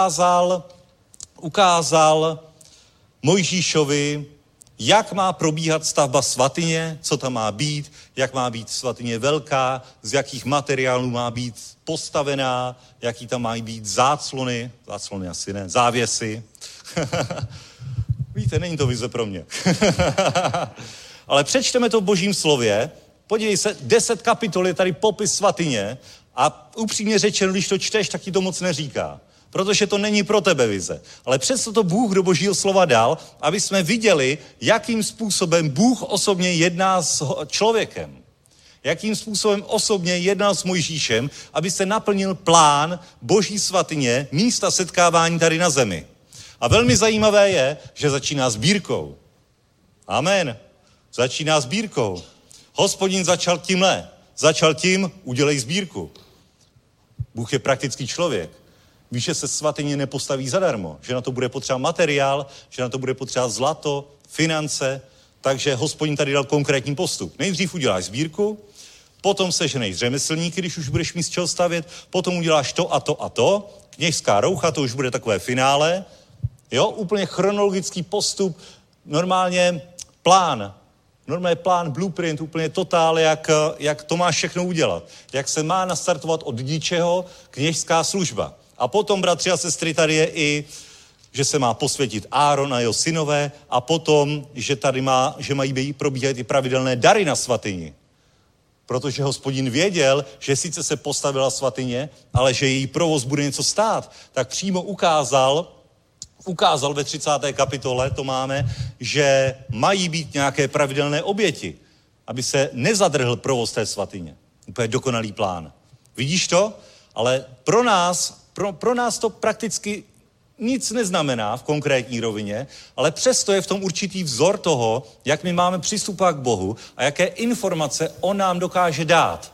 ukázal Mojžíšovi, jak má probíhat stavba svatyně, co tam má být, jak má být svatyně velká, z jakých materiálů má být postavená, jaký tam mají být záclony asi ne, závěsy. Víte, není to vize pro mě. Ale přečteme to v Božím slově, podívej se, 10 kapitol je tady popis svatyně a upřímně řečeno, když to čteš, tak ti to moc neříká. Protože to není pro tebe vize. Ale přesto to Bůh do Božího slova dal, aby jsme viděli, jakým způsobem Bůh osobně jedná s člověkem. Jakým způsobem osobně jednal s Mojžíšem, aby se naplnil plán Boží svatyně, místa setkávání tady na zemi. A velmi zajímavé je, že začíná sbírkou. Amen. Začíná sbírkou. Hospodin začal tímhle. Začal tím, udělej sbírku. Bůh je praktický člověk. Víš, že se svatyně nepostaví zadarmo, že na to bude potřeba materiál, že na to bude potřeba zlato, finance, takže Hospodin tady dal konkrétní postup. Nejdřív uděláš sbírku, potom seženeš řemeslníky, když už budeš mít z čeho stavět, potom uděláš to a to a to, kněžská roucha, to už bude takové finále, jo, úplně chronologický postup, normálně plán, normální plán, blueprint, úplně totál, jak to má všechno udělat. Jak se má nastartovat od ničeho kněžská služba. A potom, bratři a sestry, tady je i, že se má posvětit Áron a jeho synové a potom, že mají probíhat i pravidelné dary na svatyni. Protože Hospodin věděl, že sice se postavila svatyně, ale že její provoz bude něco stát. Tak přímo ukázal ve 30. kapitole, to máme, že mají být nějaké pravidelné oběti, aby se nezadrhl provoz té svatyně. Úplně dokonalý plán. Vidíš to? Ale pro nás to prakticky nic neznamená v konkrétní rovině, ale přesto je v tom určitý vzor toho, jak my máme přistupovat k Bohu a jaké informace on nám dokáže dát.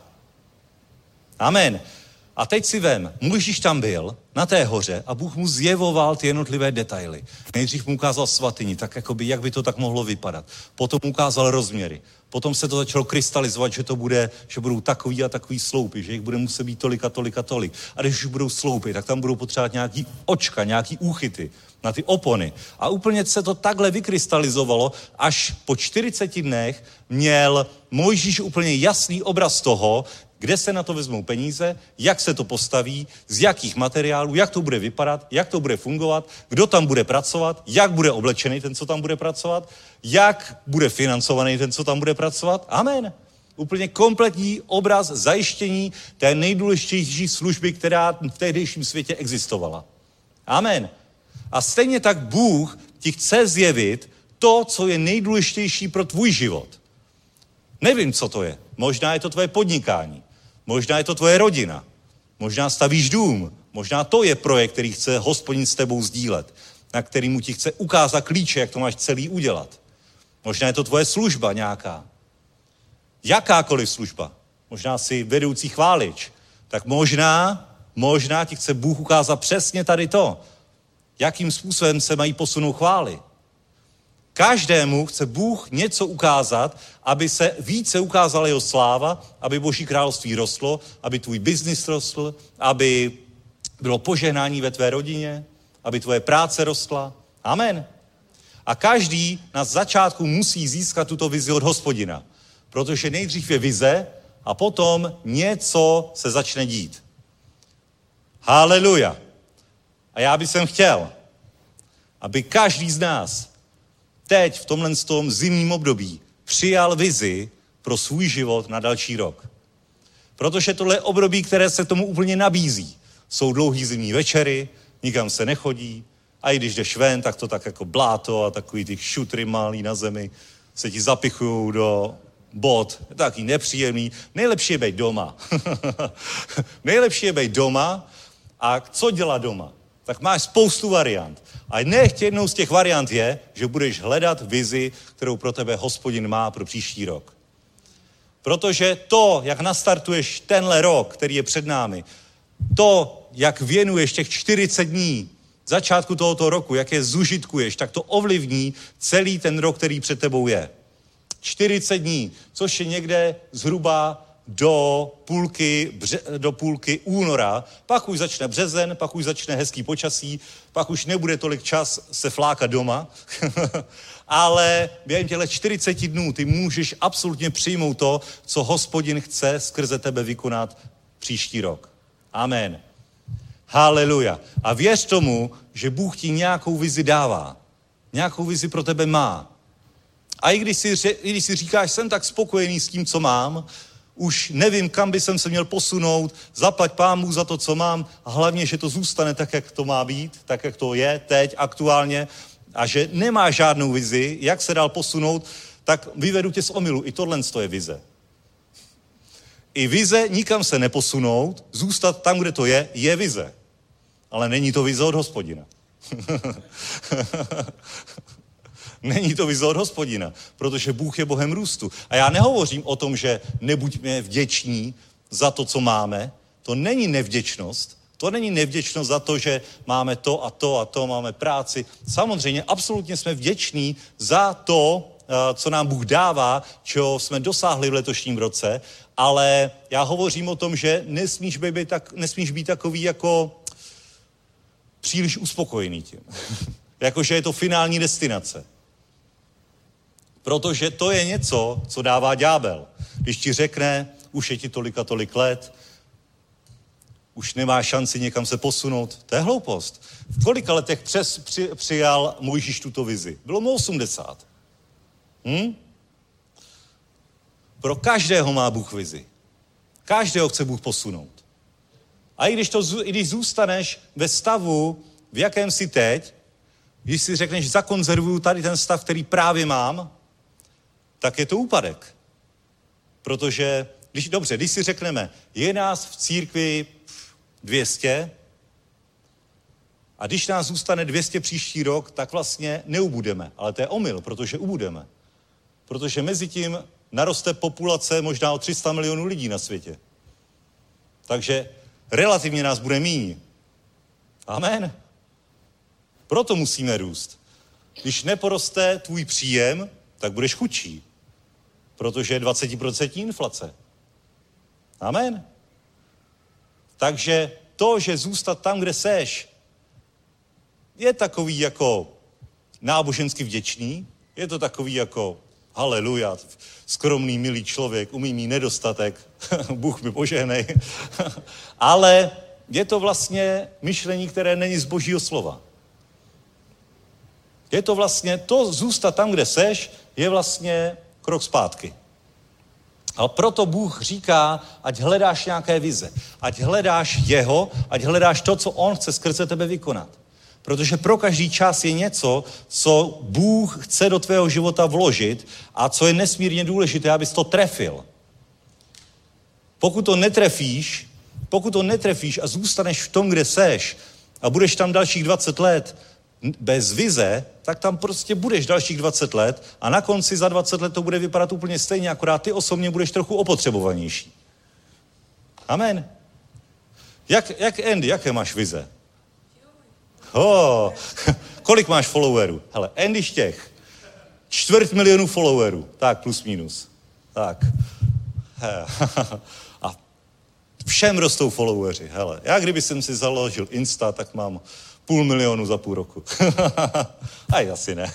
Amen. A teď si vem, Mojžíš tam byl na té hoře a Bůh mu zjevoval ty jednotlivé detaily. Nejdřív mu ukázal svatyni, tak jakoby, jak by to tak mohlo vypadat. Potom mu ukázal rozměry. Potom se to začalo krystalizovat, že budou takový a takový sloupy, že jich bude muset být tolik a tolik a tolik. A když už budou sloupy, tak tam budou potřebovat nějaký očka, nějaký úchyty na ty opony. A úplně se to takhle vykrystalizovalo, až po 40 dnech měl Mojžíš úplně jasný obraz toho, kde se na to vezmou peníze, jak se to postaví, z jakých materiálů, jak to bude vypadat, jak to bude fungovat, kdo tam bude pracovat, jak bude oblečený ten, co tam bude pracovat, jak bude financovaný ten, co tam bude pracovat. Amen. Úplně kompletní obraz zajištění té nejdůležitější služby, která v tehdejším světě existovala. Amen. A stejně tak Bůh ti chce zjevit to, co je nejdůležitější pro tvůj život. Nevím, co to je. Možná je to tvoje podnikání. Možná je to tvoje rodina. Možná stavíš dům. Možná to je projekt, který chce Hospodin s tebou sdílet. Na kterýmu ti chce ukázat klíče, jak to máš celý udělat. Možná je to tvoje služba nějaká. Jakákoliv služba. Možná jsi vedoucí chválič. Tak možná ti chce Bůh ukázat přesně tady to. Jakým způsobem se mají posunout chvály. Každému chce Bůh něco ukázat, aby se více ukázala jeho sláva, aby Boží království rostlo, aby tvůj biznis rostl, aby bylo požehnání ve tvé rodině, aby tvoje práce rostla. Amen. A každý na začátku musí získat tuto vizi od Hospodina, protože nejdřív je vize a potom něco se začne dít. Haleluja. A já bych chtěl, aby každý z nás teď v tomhle zimním období přijal vizi pro svůj život na další rok. Protože tohle je období, které se tomu úplně nabízí. Jsou dlouhý zimní večery, nikam se nechodí a i když jdeš ven, tak to tak jako bláto a takový ty šutry malý na zemi se ti zapichujou do bod. Je to taky nepříjemný. Nejlepší je být doma. Nejlepší je být doma a co dělat doma? Tak máš spoustu variant. A nechť jednou z těch variant je, že budeš hledat vizi, kterou pro tebe Hospodin má pro příští rok. Protože to, jak nastartuješ tenhle rok, který je před námi, to, jak věnuješ těch 40 dní začátku tohoto roku, jak je zužitkuješ, tak to ovlivní celý ten rok, který před tebou je. 40 dní, což je někde zhruba do půlky února, pak už začne březen, pak už začne hezký počasí, pak už nebude tolik čas se flákat doma, ale během těchto 40 dnů ty můžeš absolutně přijmout to, co Hospodin chce skrze tebe vykonat příští rok. Amen. Haleluja. A věř tomu, že Bůh ti nějakou vizi dává. Nějakou vizi pro tebe má. A i když si říkáš, jsem tak spokojený s tím, co mám, už nevím, kam by jsem se měl posunout, zaplať Pánu za to, co mám a hlavně, že to zůstane tak, jak to má být, tak, jak to je teď aktuálně a že nemá žádnou vizi, jak se dál posunout, tak vyvedu tě z omylu. I tohle je vize. I vize nikam se neposunout, zůstat tam, kde to je vize. Ale není to vize od Hospodina. Není to vize od Hospodina, protože Bůh je Bohem růstu. A já nehovořím o tom, že nebuďme vděční za to, co máme. To není nevděčnost. To není nevděčnost za to, že máme to a to a to, máme práci. Samozřejmě absolutně jsme vděční za to, co nám Bůh dává, čeho jsme dosáhli v letošním roce, ale já hovořím o tom, že nesmíš být takový jako příliš uspokojený tím. Jakože je to finální destinace. Protože to je něco, co dává ďábel. Když ti řekne, už je ti tolik a tolik let, už nemá šanci někam se posunout. To je hloupost. V kolika letech přijal Mojžíš tuto vizi? Bylo mu 80. Pro každého má Bůh vizi. Každého chce Bůh posunout. A i když zůstaneš ve stavu, v jakém jsi teď, když si řekneš, zakonzervuju tady ten stav, který právě mám, tak je to úpadek. Protože, když si řekneme, je nás v církvi 200 a když nás zůstane 200 příští rok, tak vlastně neubudeme. Ale to je omyl, protože ubudeme. Protože mezi tím naroste populace možná o 300 milionů lidí na světě. Takže relativně nás bude míň. Amen. Proto musíme růst. Když neporoste tvůj příjem, tak budeš chudší. Protože je 20% inflace. Amen. Takže to, že zůstat tam, kde seš, je takový jako nábožensky vděčný, je to takový jako haleluja, skromný, milý člověk, umí mít nedostatek, Bůh mi požehnej. Ale je to vlastně myšlení, které není z Božího slova. Je to vlastně, to zůstat tam, kde seš, je vlastně krok zpátky. Ale proto Bůh říká, ať hledáš nějaké vize, ať hledáš jeho, ať hledáš to, co on chce skrze tebe vykonat. Protože pro každý čas je něco, co Bůh chce do tvého života vložit a co je nesmírně důležité, abys to trefil. Pokud to netrefíš a zůstaneš v tom, kde seš a budeš tam dalších 20 let bez vize, tak tam prostě budeš dalších 20 let a na konci za 20 let to bude vypadat úplně stejně, akorát ty osobně budeš trochu opotřebovanější. Amen. Jak Andy, jaké máš vize? Kolik máš followerů? Hele, Andy Štěch. 250 000 followerů. Tak, plus minus. Tak. A všem rostou followeri. Hele, já kdyby jsem si založil Insta, tak mám 500 000 za půl roku. Aj, asi ne.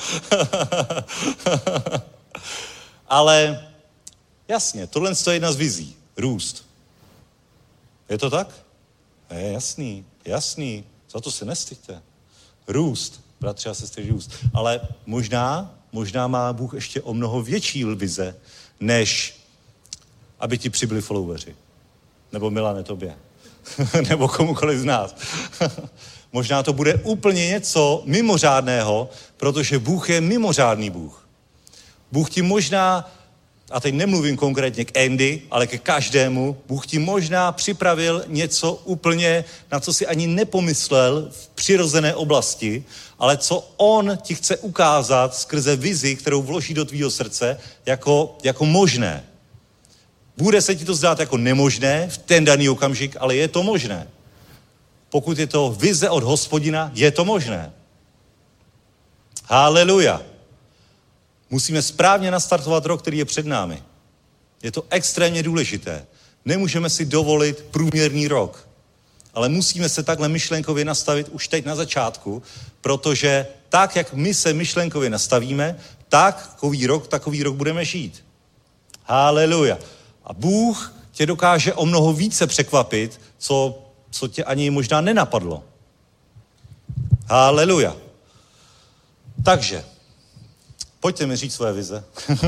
Ale jasně, tohle je jedna z vizí. Růst. Je to tak? Je jasný. Za to se nestyďte. Růst. Bratři a sestry, růst. Ale možná má Bůh ještě o mnoho větší vize, než aby ti přibyli followeri. Nebo Milane tobě. Nebo komukoliv z nás. Možná to bude úplně něco mimořádného, protože Bůh je mimořádný Bůh. Bůh ti možná, a teď nemluvím konkrétně k Andy, ale ke každému, Bůh ti možná připravil něco úplně, na co si ani nepomyslel v přirozené oblasti, ale co on ti chce ukázat skrze vizi, kterou vloží do tvýho srdce, jako možné. Bude se ti to zdát jako nemožné v ten daný okamžik, ale je to možné. Pokud je to vize od Hospodina, je to možné. Haleluja. Musíme správně nastartovat rok, který je před námi. Je to extrémně důležité. Nemůžeme si dovolit průměrný rok, ale musíme se takhle myšlenkově nastavit už teď na začátku, protože tak, jak my se myšlenkově nastavíme, takový rok budeme žít. Haleluja. A Bůh tě dokáže o mnoho více překvapit, co tě ani možná nenapadlo. Haleluja. Takže, pojďte mi říct své vize.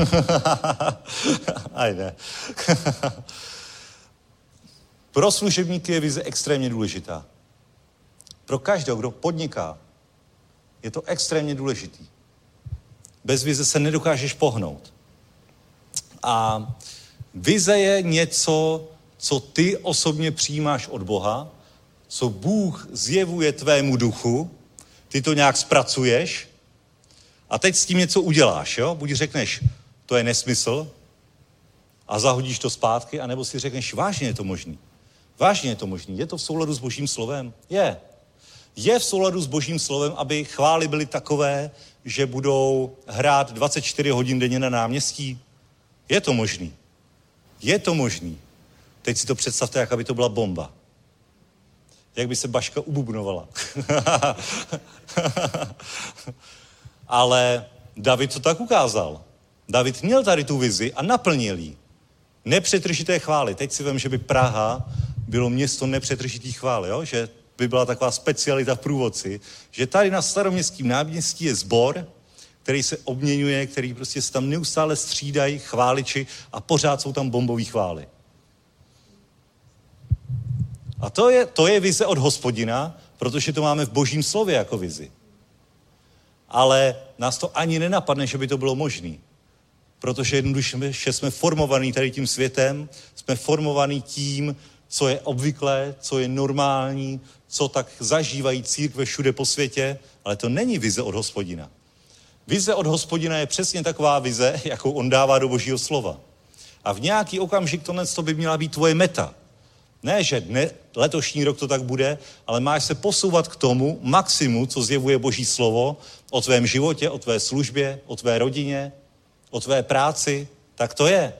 Aj ne. Pro služebníky je vize extrémně důležitá. Pro každého, kdo podniká, je to extrémně důležitý. Bez vize se nedokážeš pohnout. A vize je něco, co ty osobně přijímáš od Boha, co Bůh zjevuje tvému duchu, ty to nějak zpracuješ a teď s tím něco uděláš, jo? Buď řekneš, to je nesmysl a zahodíš to zpátky, anebo si řekneš, vážně je to možný. Vážně je to možný. Je to v souladu s Božím slovem? Je. Je v souladu s Božím slovem, aby chvály byly takové, že budou hrát 24 hodin denně na náměstí? Je to možný. Je to možný. Teď si to představte, jak aby to byla bomba. Jak by se Baška ububnovala. Ale David to tak ukázal. David měl tady tu vizi a naplnil ji. Nepřetržité chvály. Teď si vím, že by Praha bylo město nepřetržitých chvály, jo? Že by byla taková specialita v průvodci, že tady na Staroměstském náměstí je sbor, který se obměňuje, který prostě se tam neustále střídají chváliči a pořád jsou tam bombový chvály. A to je vize od Hospodina, protože to máme v Božím slově jako vizi. Ale nás to ani nenapadne, že by to bylo možné. Protože jednoduše jsme formovaní tady tím světem, jsme formovaní tím, co je obvyklé, co je normální, co tak zažívají církve všude po světě, ale to není vize od Hospodina. Vize od Hospodina je přesně taková vize, jakou on dává do Božího slova. A v nějaký okamžik to by měla být tvoje meta. Ne, že letošní rok to tak bude, ale máš se posouvat k tomu maximu, co zjevuje Boží slovo o tvém životě, o tvé službě, o tvé rodině, o tvé práci. Tak to je.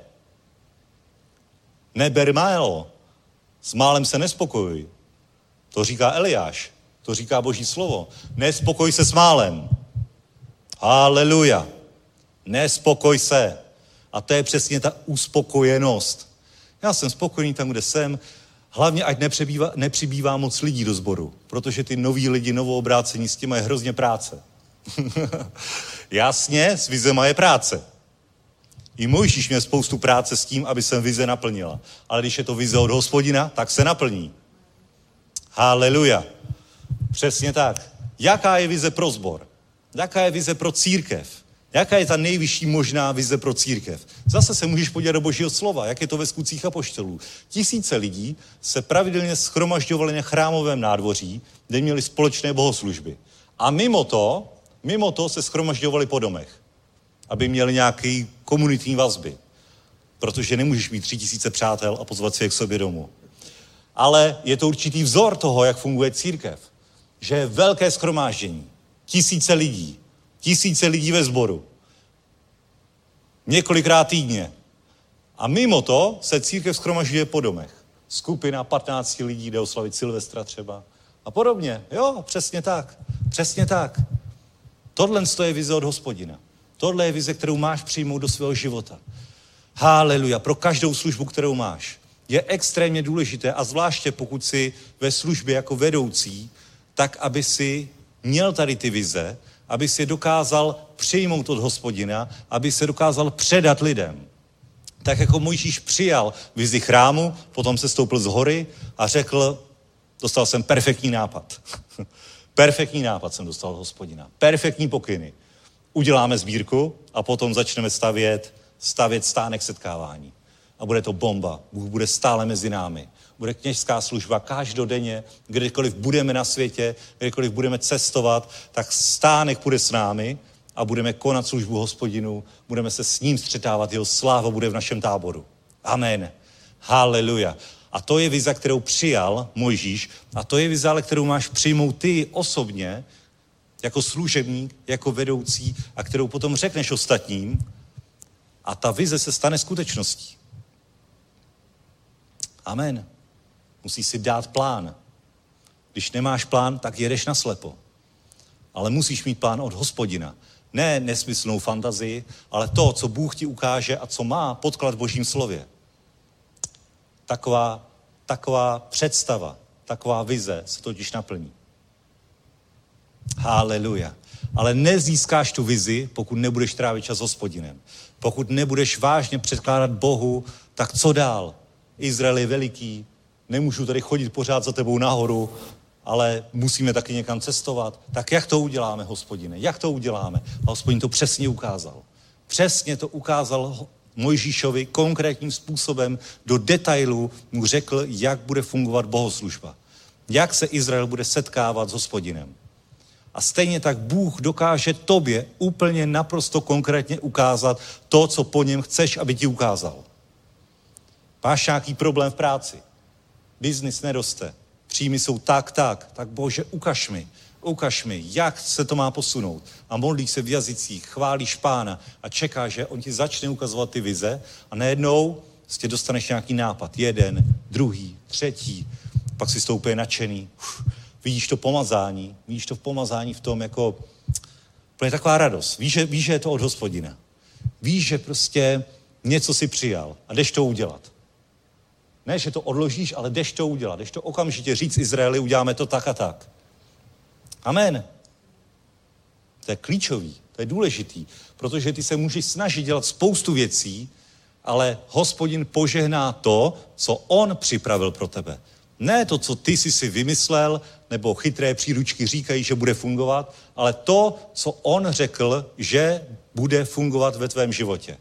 Neber málo. S málem se nespokojuj. To říká Eliáš. To říká Boží slovo. Nespokoj se s málem. Haleluja. Nespokoj se. A to je přesně ta uspokojenost. Já jsem spokojený tam, kde jsem. Hlavně, ať nepřibývá moc lidí do sboru, protože ty noví lidi, novoobrácení, s těma je hrozně práce. Jasně, s vizema je práce. I Mojžíš měl spoustu práce s tím, aby se vize naplnila. Ale když je to vize od Hospodina, tak se naplní. Haleluja. Přesně tak. Jaká je vize pro sbor? Jaká je vize pro církev? Jaká je ta nejvyšší možná vize pro církev? Zase se můžeš podívat do Božího slova, jak je to ve Skutcích apoštolů. Tisíce lidí se pravidelně shromažďovali na chrámovém nádvoří, kde měli společné bohoslužby. A mimo to se shromažďovali po domech, aby měli nějaké komunitní vazby. Protože nemůžeš mít 3000 přátel a pozvat si je k sobě domů. Ale je to určitý vzor toho, jak funguje církev. Že je velké shromáždění. Tisíce lidí ve sboru. Několikrát týdně. A mimo to se církev shromažďuje po domech. Skupina 15 lidí jde oslavit Silvestra třeba. A podobně. Jo, přesně tak. Přesně tak. Tohle je vize od Hospodina. Tohle je vize, kterou máš přijmout do svého života. Haleluja. Pro každou službu, kterou máš. Je extrémně důležité a zvláště pokud jsi ve službě jako vedoucí, tak aby si měl tady ty vize, aby si je dokázal přijmout od Hospodina, aby se dokázal předat lidem. Tak jako Mojžíš přijal vizi chrámu, potom se stoupil z hory a řekl, dostal jsem perfektní nápad. Perfektní nápad jsem dostal od Hospodina. Perfektní pokyny. Uděláme sbírku a potom začneme stavět stánek setkávání. A bude to bomba. Bůh bude stále mezi námi. Bude kněžská služba každodenně, kdekoliv budeme na světě, kdekoliv budeme cestovat, tak stánek půjde s námi a budeme konat službu Hospodinu, budeme se s ním střetávat, jeho sláva bude v našem táboru. Amen. Haleluja. A to je vize, kterou přijal Mojžíš a to je vize, ale kterou máš přijmout ty osobně, jako služebník, jako vedoucí a kterou potom řekneš ostatním a ta vize se stane skutečností. Amen. Musíš si dát plán. Když nemáš plán, tak jedeš naslepo. Ale musíš mít plán od Hospodina. Ne nesmyslnou fantazii, ale to, co Bůh ti ukáže a co má podklad v Božím slově. Taková představa, taková vize se totiž naplní. Haleluja. Ale nezískáš tu vizi, pokud nebudeš trávit čas s Hospodinem. Pokud nebudeš vážně předkládat Bohu, tak co dál? Izrael je veliký, nemůžu tady chodit pořád za tebou nahoru, ale musíme taky někam cestovat. Tak jak to uděláme, Hospodine? Jak to uděláme? A Hospodin to přesně ukázal. Přesně to ukázal Mojžíšovi konkrétním způsobem, do detailu mu řekl, jak bude fungovat bohoslužba. Jak se Izrael bude setkávat s Hospodinem. A stejně tak Bůh dokáže tobě úplně naprosto konkrétně ukázat to, co po něm chceš, aby ti ukázal. Máš nějaký problém v práci. Biznis neroste. Příjmy jsou tak Bože, ukaž mi, jak se to má posunout. A modlíš se v jazycích, chválíš Pána a čekáš, že on ti začne ukazovat ty vize a najednou tě dostaneš nějaký nápad. Jeden, druhý, třetí, pak si stoupí nadšený. Vidíš to v pomazání v tom jako je taková radost. Víš, že je to od Hospodina. Víš, že prostě něco si přijal a jdeš to udělat. Ne, že to odložíš, ale jdeš to udělat. Jdeš to okamžitě říct Izraeli, uděláme to tak a tak. Amen. To je klíčový, to je důležitý, protože ty se můžeš snažit dělat spoustu věcí, ale Hospodin požehná to, co on připravil pro tebe. Ne to, co ty jsi si vymyslel, nebo chytré příručky říkají, že bude fungovat, ale to, co on řekl, že bude fungovat ve tvém životě.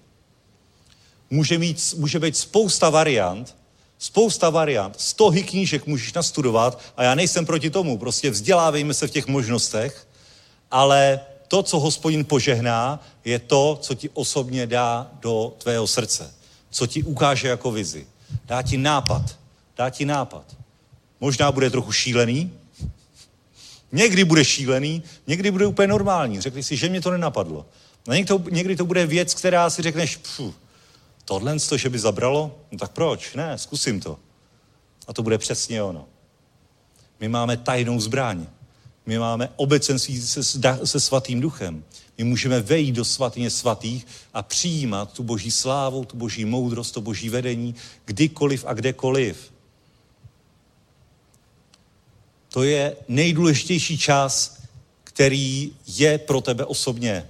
Může být spousta variant, 100 knížek můžeš nastudovat a já nejsem proti tomu, prostě vzdělávejme se v těch možnostech, ale to, co Hospodin požehná, je to, co ti osobně dá do tvého srdce, co ti ukáže jako vizi. Dá ti nápad. Možná bude trochu šílený, někdy bude šílený, někdy bude úplně normální. Řekli si, že mě to nenapadlo. No někdy to bude věc, která si řekneš, tohle, že by zabralo? No tak proč? Ne, zkusím to. A to bude přesně ono. My máme tajnou zbraň. My máme obecenství se svatým duchem. My můžeme vejít do svatyně svatých a přijímat tu boží slávu, tu boží moudrost, to boží vedení, kdykoliv a kdekoliv. To je nejdůležitější čas, který je pro tebe osobně.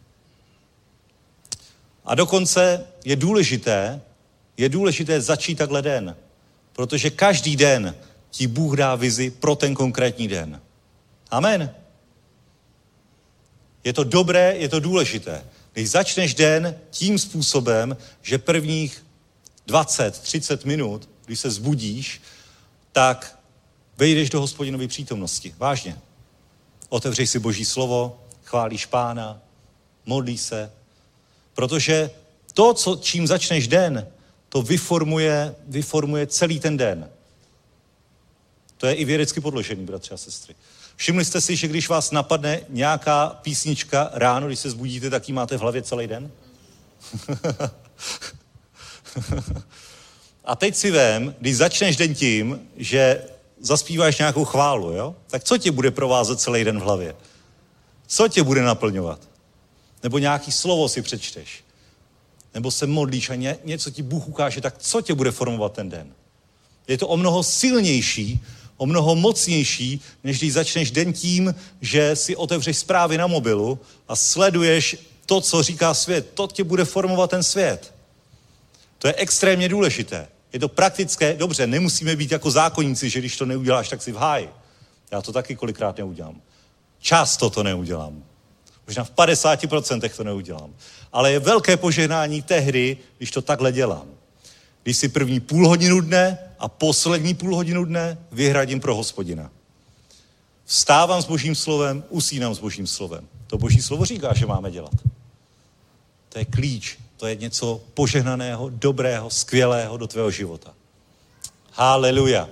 A dokonce je důležité začít takhle den, protože každý den ti Bůh dá vizi pro ten konkrétní den. Amen. Je to dobré, je to důležité. Když začneš den tím způsobem, že prvních 20-30 minut, když se zbudíš, tak vejdeš do Hospodinovy přítomnosti. Vážně. Otevřeš si Boží slovo, chválíš Pána, modlíš se, protože to, čím začneš den, to vyformuje celý ten den. To je i vědecky podložený, bratři a sestry. Všimli jste si, že když vás napadne nějaká písnička ráno, když se zbudíte, tak ji máte v hlavě celý den? A teď si vem, když začneš den tím, že zaspíváš nějakou chválu, jo? Tak co tě bude provázet celý den v hlavě? Co tě bude naplňovat? Nebo nějaký slovo si přečteš? Nebo se modlíš a něco ti Bůh ukáže, tak co tě bude formovat ten den? Je to o mnoho silnější, o mnoho mocnější, než když začneš den tím, že si otevřeš zprávy na mobilu a sleduješ to, co říká svět. To tě bude formovat ten svět. To je extrémně důležité. Je to praktické, dobře, nemusíme být jako zákonníci, že když to neuděláš, tak si v háji. Já to taky kolikrát neudělám. Často to neudělám. Možná v 50% to neudělám. Ale je velké požehnání tehdy, když to takhle dělám. Když si první půl hodinu dne a poslední půl hodinu dne vyhradím pro Hospodina. Vstávám s Božím slovem, usínám s Božím slovem. To Boží slovo říká, že máme dělat. To je klíč. To je něco požehnaného, dobrého, skvělého do tvého života. Haleluja.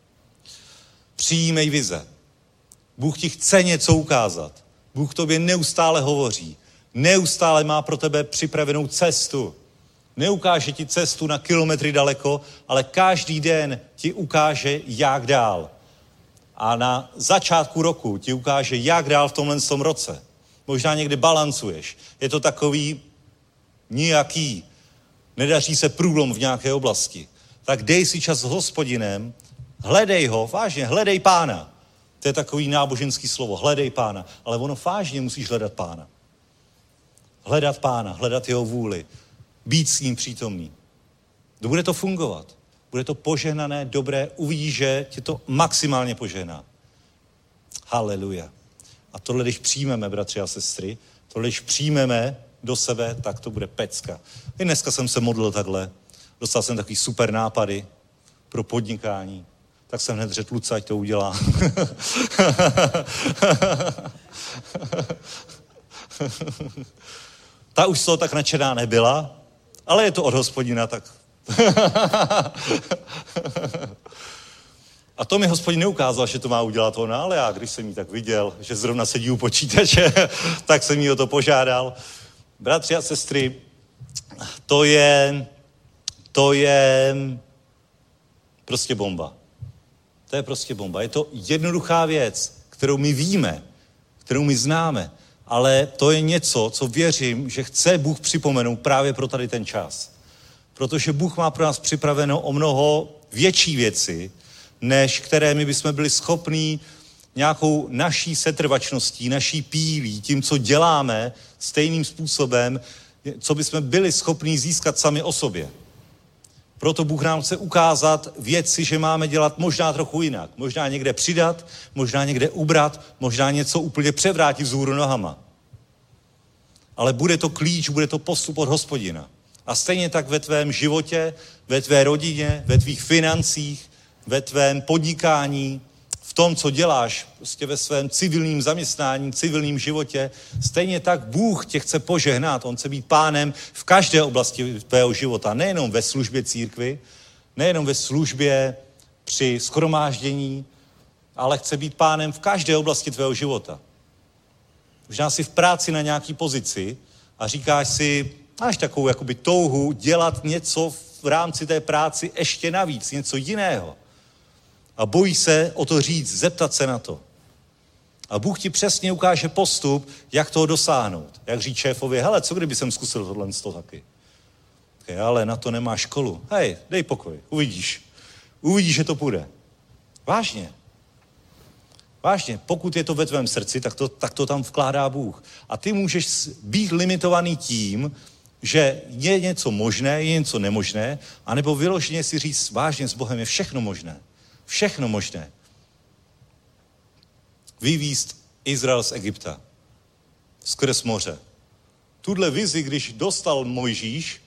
Přijímej vize. Bůh ti chce něco ukázat. Bůh tobě neustále hovoří. Neustále má pro tebe připravenou cestu. Neukáže ti cestu na kilometry daleko, ale každý den ti ukáže, jak dál. A na začátku roku ti ukáže, jak dál v tomhle roce. Možná někde balancuješ. Je to takový nijaký. Nedaří se průlom v nějaké oblasti. Tak dej si čas s Hospodinem, hledej ho, vážně, hledej Pána. To je takový náboženský slovo, hledej Pána. Ale ono vážně musíš hledat Pána. Hledat Pána, hledat jeho vůli. Být s ním přítomný. Bude to fungovat. Bude to požehnané, dobré, uvidíš, že tě to maximálně požehná. Haleluja. A tohle, když přijmeme, bratři a sestry, tohle, když přijmeme do sebe, tak to bude pecka. I dneska jsem se modlil takhle. Dostal jsem takový super nápady pro podnikání. Tak jsem hned řekl, Luce, ať to udělá. Ta už z toho tak nadšená nebyla, ale je to od Hospodina, tak... A to mi Hospodin neukázal, že to má udělat ona, ale já, když jsem jí tak viděl, že zrovna sedí u počítače, tak jsem jí o to požádal. Bratři a sestry, to je prostě bomba. To je prostě bomba. Je to jednoduchá věc, kterou my víme, kterou my známe, ale to je něco, co věřím, že chce Bůh připomenout právě pro tady ten čas. Protože Bůh má pro nás připraveno o mnoho větší věci, než které my bychom byli schopní nějakou naší setrvačností, naší pílí, tím, co děláme stejným způsobem, co bychom byli schopní získat sami o sobě. Proto Bůh nám chce ukázat věci, že máme dělat možná trochu jinak. Možná někde přidat, možná někde ubrat, možná něco úplně převrátit vzhůru nohama. Ale bude to klíč, bude to postup od Hospodina. A stejně tak ve tvém životě, ve tvé rodině, ve tvých financích, ve tvém podnikání, v tom, co děláš, prostě ve svém civilním zaměstnání, civilním životě, stejně tak Bůh tě chce požehnat. On chce být pánem v každé oblasti tvého života, nejenom ve službě církvi, nejenom ve službě při shromáždění, ale chce být pánem v každé oblasti tvého života. Možná jsi v práci na nějaký pozici a říkáš si, máš takovou jakoby touhu dělat něco v rámci té práci ještě navíc, něco jiného. A bojí se o to říct, zeptat se na to. A Bůh ti přesně ukáže postup, jak toho dosáhnout. Jak říct šéfovi, hele, co kdyby jsem zkusil tohle taky? Okay, ale na to nemá školu. Hej, dej pokoj, uvidíš. Uvidíš, že to půjde. Vážně. Vážně, pokud je to ve tvém srdci, tak to tam vkládá Bůh. A ty můžeš být limitovaný tím, že je něco možné, je něco nemožné, anebo vyloženě si říct, vážně s Bohem je všechno možné. Všechno možné. Vyvízt Izrael z Egypta. Skrz moře. Tuhle vizi, když dostal Mojžíš,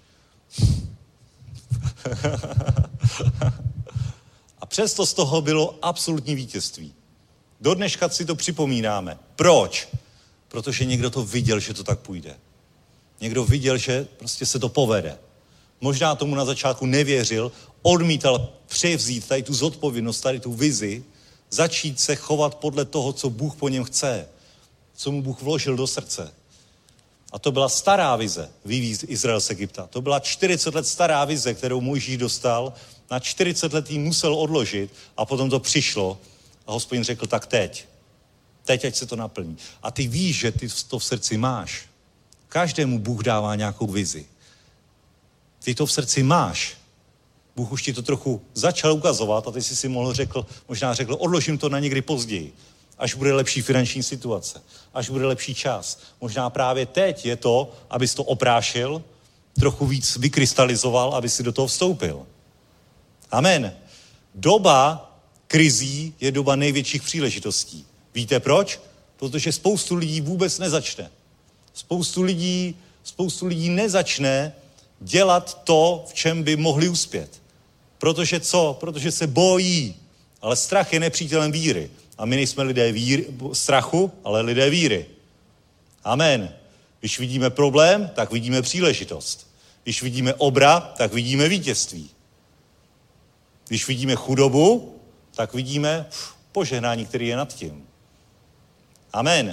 a přesto z toho bylo absolutní vítězství. Do dneška si to připomínáme. Proč? Protože někdo to viděl, že to tak půjde. Někdo viděl, že prostě se to povede. Možná tomu na začátku nevěřil, odmítal převzít tady tu zodpovědnost, tady tu vizi, začít se chovat podle toho, co Bůh po něm chce, co mu Bůh vložil do srdce. A to byla stará vize, vyvízt Izrael z Egypta. To byla 40 let stará vize, kterou Mojžíš dostal, na 40 let ji musel odložit a potom to přišlo a Hospodin řekl, tak teď, ať se to naplní. A ty víš, že ty to v srdci máš. Každému Bůh dává nějakou vizi. Ty to v srdci máš. Bůh už ti to trochu začal ukazovat a ty jsi si možná řekl, odložím to na někdy později, až bude lepší finanční situace, až bude lepší čas. Možná právě teď je to, abys to oprášil, trochu víc vykrystalizoval, aby si do toho vstoupil. Amen. Doba krizí je doba největších příležitostí. Víte proč? Protože spoustu lidí vůbec nezačne. Spoustu lidí nezačne dělat to, v čem by mohli uspět. Protože co? Protože se bojí. Ale strach je nepřítelem víry. A my nejsme lidé strachu, ale lidé víry. Amen. Když vidíme problém, tak vidíme příležitost. Když vidíme obrat, tak vidíme vítězství. Když vidíme chudobu, tak vidíme požehnání, který je nad tím. Amen.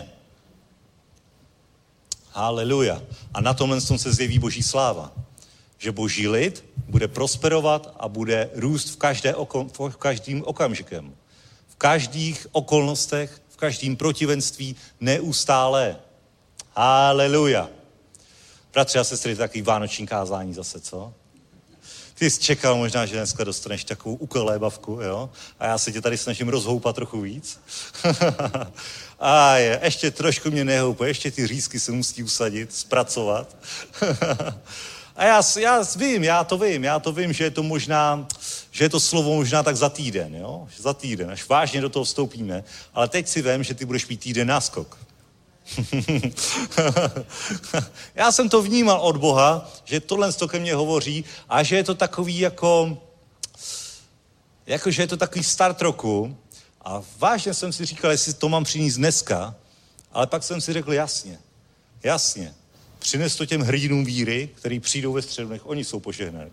Haleluja. A na tomhle se zjeví Boží sláva. Že Boží lid bude prosperovat a bude růst v každým okamžikem. V každých okolnostech, v každém protivenství neustále. Haleluja. Bratři a sestry, takový vánoční kázání zase, co? Ty jsi čekal možná, že dneska dostaneš takovou ukolébavku, jo? A já se tě tady snažím rozhoupat trochu víc. A ještě trošku mě nehoupe, ještě ty řízky se musí usadit, zpracovat. A já to vím, že je to možná, že je to slovo možná tak za týden, jo? Za týden, až vážně do toho vstoupíme. Ale teď si vím, že ty budeš mít týden náskok. Já jsem to vnímal od Boha, že tohle ke mně hovoří a že je to takový jako že je to takový start roku a vážně jsem si říkal, jestli to mám přinést dneska, ale pak jsem si řekl jasně, přines to těm hrdinům víry, který přijdou ve středu, nech oni jsou požehnaní.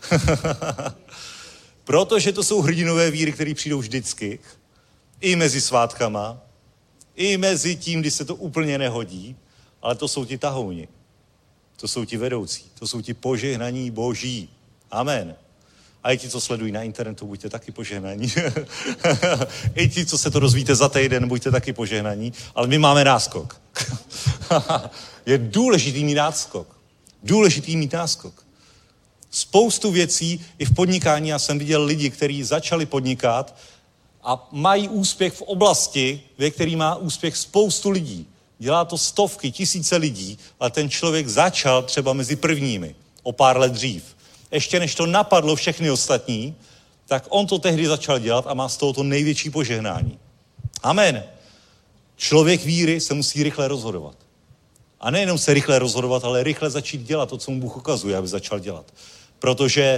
Protože to jsou hrdinové víry, který přijdou vždycky, i mezi svátkama, i mezi tím, kdy se to úplně nehodí, ale to jsou ti tahouni. To jsou ti vedoucí. To jsou ti požehnaní Boží. Amen. A i ti, co sledují na internetu, buďte taky požehnaní. I ti, co se to dozvíte za týden, buďte taky požehnaní. Ale my máme náskok. Je důležitý mít náskok. Důležitý mít náskok. Spoustu věcí i v podnikání. Já jsem viděl lidi, kteří začali podnikat a mají úspěch v oblasti, ve který má úspěch spoustu lidí. Dělá to stovky, tisíce lidí, ale ten člověk začal třeba mezi prvními, o pár let dřív. Ještě než to napadlo všechny ostatní, tak on to tehdy začal dělat a má z toho to největší požehnání. Amen. Člověk víry se musí rychle rozhodovat. A nejenom se rychle rozhodovat, ale rychle začít dělat to, co mu Bůh ukazuje, aby začal dělat. Protože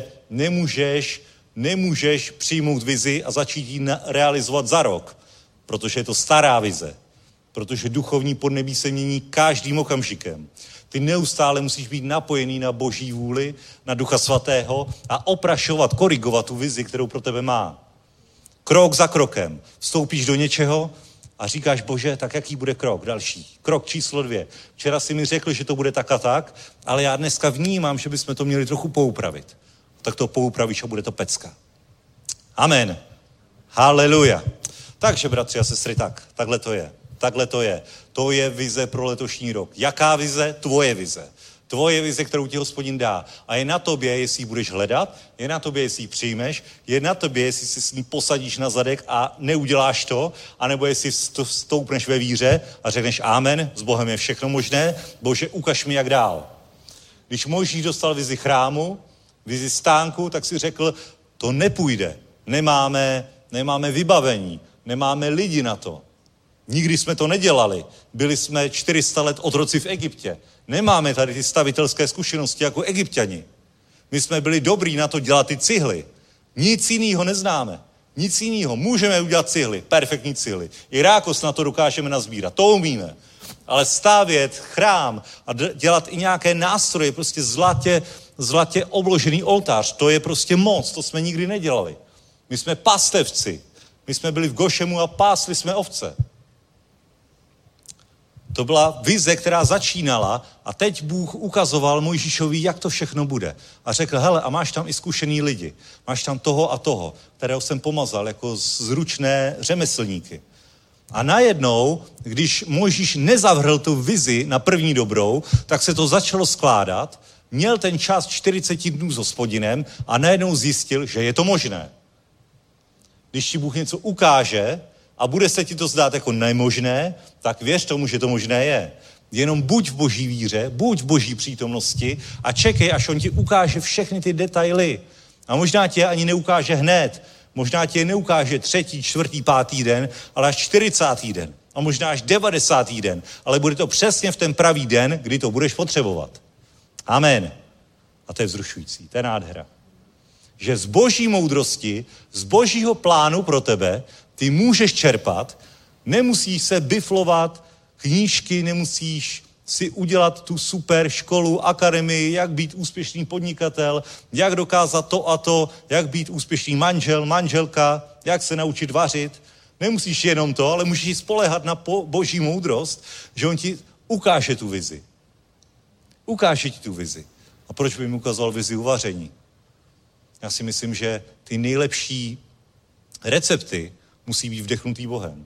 nemůžeš přijmout vizi a začít ji realizovat za rok, protože je to stará vize. Protože duchovní podnebí se mění každým okamžikem. Ty neustále musíš být napojený na Boží vůli, na Ducha Svatého a oprašovat, korigovat tu vizi, kterou pro tebe má. Krok za krokem. Vstoupíš do něčeho a říkáš, Bože, tak jaký bude krok další? Krok číslo 2. Včera si mi řekl, že to bude tak a tak, ale já dneska vnímám, že bychom to měli trochu poupravit. Tak to poupravíš a bude to pecka. Amen. Haleluja. Takže, bratři a sestry, takhle to je. Takhle to je. To je vize pro letošní rok. Jaká vize? Tvoje vize. Tvoje vize, kterou ti Hospodin dá. A je na tobě, jestli ji budeš hledat, je na tobě, jestli ji přijmeš, je na tobě, jestli si s ní posadíš na zadek a neuděláš to, anebo jestli stoupneš ve víře a řekneš amen, s Bohem je všechno možné, Bože, ukaž mi, jak dál. Když Mojžíš dostal vizi chrámu, vizi stánku, tak si řekl, to nepůjde. Nemáme vybavení, nemáme lidi na to. Nikdy jsme to nedělali. Byli jsme 400 let otroci v Egyptě. Nemáme tady ty stavitelské zkušenosti jako Egypťani. My jsme byli dobrý na to dělat ty cihly. Nic jiného neznáme. Nic jiného. Můžeme udělat cihly, perfektní cihly. I rákos na to dokážeme nazbírat. To umíme. Ale stavět chrám a dělat i nějaké nástroje, prostě zlatě obložený oltář, to je prostě moc. To jsme nikdy nedělali. My jsme pastevci. My jsme byli v Gošemu a pásli jsme ovce. To byla vize, která začínala a teď Bůh ukazoval Mojžíšovi, jak to všechno bude. A řekl, hele, a máš tam i zkušený lidi. Máš tam toho a toho, kterého jsem pomazal jako zručné řemeslníky. A najednou, když Mojžíš nezavrhl tu vizi na první dobrou, tak se to začalo skládat, měl ten čas 40 dnů s Hospodinem a najednou zjistil, že je to možné. Když ti Bůh něco ukáže, a bude se ti to zdát jako nemožné, tak věř tomu, že to možné je. Jenom buď v Boží víře, buď v Boží přítomnosti a čekej, až on ti ukáže všechny ty detaily. A možná ti je ani neukáže hned. Možná ti je neukáže 3., 4., 5. den, ale až 40. den. A možná až 90. den. Ale bude to přesně v ten pravý den, kdy to budeš potřebovat. Amen. A to je vzrušující, to je nádhera. Že z Boží moudrosti, z Božího plánu pro tebe, ty můžeš čerpat, nemusíš se biflovat knížky, nemusíš si udělat tu super školu, akademii, jak být úspěšný podnikatel, jak dokázat to a to, jak být úspěšný manžel, manželka, jak se naučit vařit. Nemusíš jenom to, ale můžeš spoléhat na Boží moudrost, že on ti ukáže tu vizi. Ukáže ti tu vizi. A proč by mi ukazoval vizi uvaření? Já si myslím, že ty nejlepší recepty musí být vdechnutý Bohem.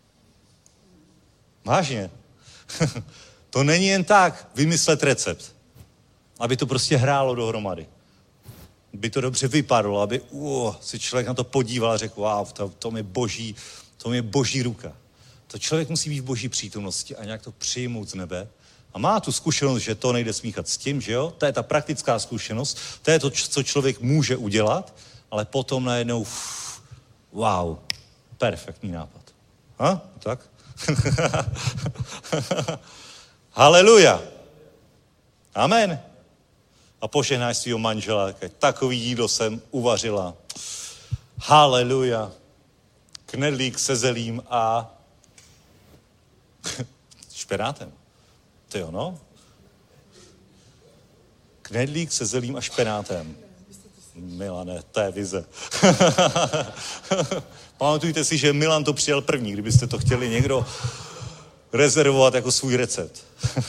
Vážně. To není jen tak vymyslet recept, aby to prostě hrálo dohromady. Aby to dobře vypadalo, aby si člověk na to podíval a řekl, wow, to je boží ruka. To člověk musí být v Boží přítomnosti a nějak to přijmout z nebe. A má tu zkušenost, že to nejde smíchat s tím, že jo? To je ta praktická zkušenost, to je to, co člověk může udělat, ale potom najednou, wow, perfektní nápad. Tak? Haleluja. Amen. A požehnáš svýho manžela, takový jídlo jsem uvařila. Haleluja. Knedlík se zelím a špenátem. Ty jo, no. Knedlík se zelím a špenátem. Milane, to je vize. Pamatujte si, že Milan to přijal první, kdybyste to chtěli někdo rezervovat jako svůj recept.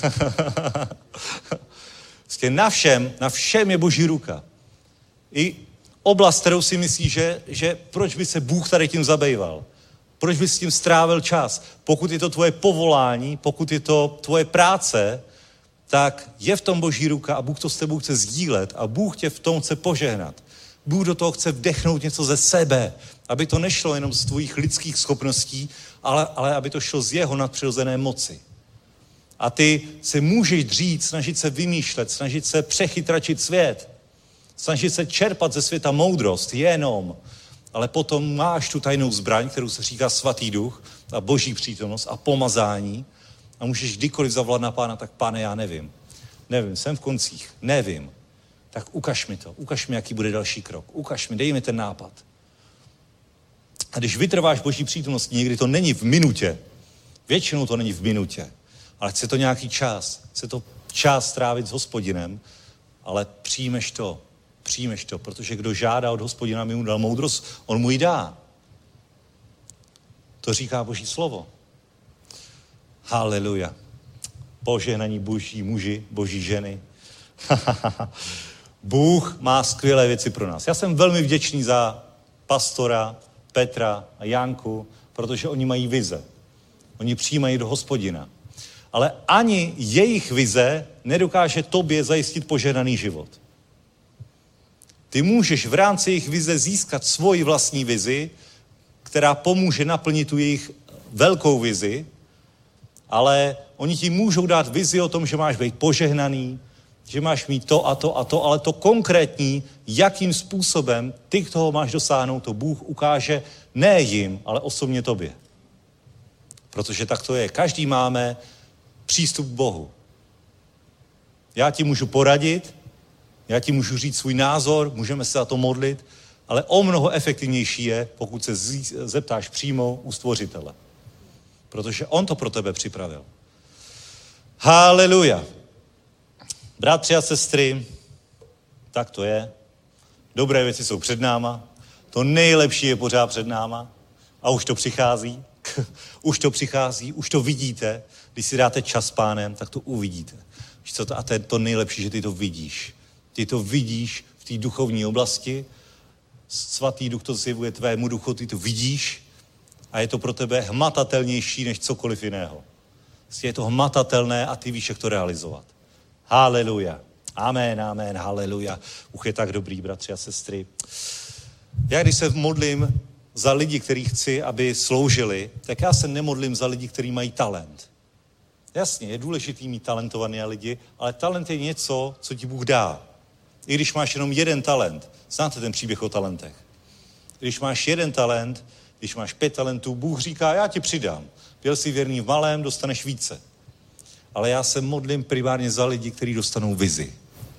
Na všem je Boží ruka. I oblast, kterou si myslí, že proč by se Bůh tady tím zabýval. Proč bys s tím strávil čas? Pokud je to tvoje povolání, pokud je to tvoje práce, tak je v tom Boží ruka a Bůh to s tebou chce sdílet a Bůh tě v tom chce požehnat. Bůh do toho chce vdechnout něco ze sebe, aby to nešlo jenom z tvojich lidských schopností, ale aby to šlo z jeho nadpřirozené moci. A ty se můžeš dřít, snažit se vymýšlet, snažit se přechytračit svět, snažit se čerpat ze světa moudrost, jenom. Ale potom máš tu tajnou zbraň, kterou se říká Svatý Duch a Boží přítomnost a pomazání a můžeš kdykoliv zavolat na Pána, tak Pane, já nevím. Nevím, jsem v koncích, nevím. Tak ukaž mi to, ukaž mi, jaký bude další krok. Ukaž mi, dej mi ten nápad. A když vytrváš Boží přítomnost, někdy to není v minutě, většinou to není v minutě, ale chce to nějaký čas, chce to čas strávit s Hospodinem, ale přijmeš to, protože kdo žádá od Hospodina, aby mu dal moudrost, on mu ji dá. To říká Boží slovo. Haleluja. Požehnaní Boží muži, Boží ženy. Bůh má skvělé věci pro nás. Já jsem velmi vděčný za pastora Petra a Janku, protože oni mají vize. Oni přijímají do Hospodina. Ale ani jejich vize nedokáže tobě zajistit požehnaný život. Ty můžeš v rámci jejich vize získat svoji vlastní vizi, která pomůže naplnit tu jejich velkou vizi, ale oni ti můžou dát vizi o tom, že máš být požehnaný, že máš mít to a to a to, ale to konkrétní, jakým způsobem ty k toho máš dosáhnout, to Bůh ukáže ne jim, ale osobně tobě. Protože tak to je. Každý máme přístup k Bohu. Já ti můžu poradit, já ti můžu říct svůj názor, můžeme se za to modlit, ale o mnoho efektivnější je, pokud se zeptáš přímo u Stvořitele. Protože on to pro tebe připravil. Haleluja. Bratři a sestry, tak to je. Dobré věci jsou před náma. To nejlepší je pořád před náma. A už to přichází. Už to vidíte. Když si dáte čas s Pánem, tak to uvidíte. A to je to nejlepší, že ty to vidíš. Ty to vidíš v té duchovní oblasti. Svatý Duch to zjevuje tvému duchu, ty to vidíš a je to pro tebe hmatatelnější než cokoliv jiného. Je to hmatatelné a ty víš, jak to realizovat. Haleluja. Amen, amen, haleluja. Bůh je tak dobrý, bratři a sestry. Já když se modlím za lidi, který chci, aby sloužili, tak já se nemodlím za lidi, kteří mají talent. Jasně, je důležitý mít talentované lidi, ale talent je něco, co ti Bůh dá. I když máš jenom jeden talent, znáte ten příběh o talentech. Když máš jeden talent, když máš 5 talentů, Bůh říká, já ti přidám. Byl jsi věrný v malém, dostaneš více. Ale já se modlím primárně za lidi, kteří dostanou vizi.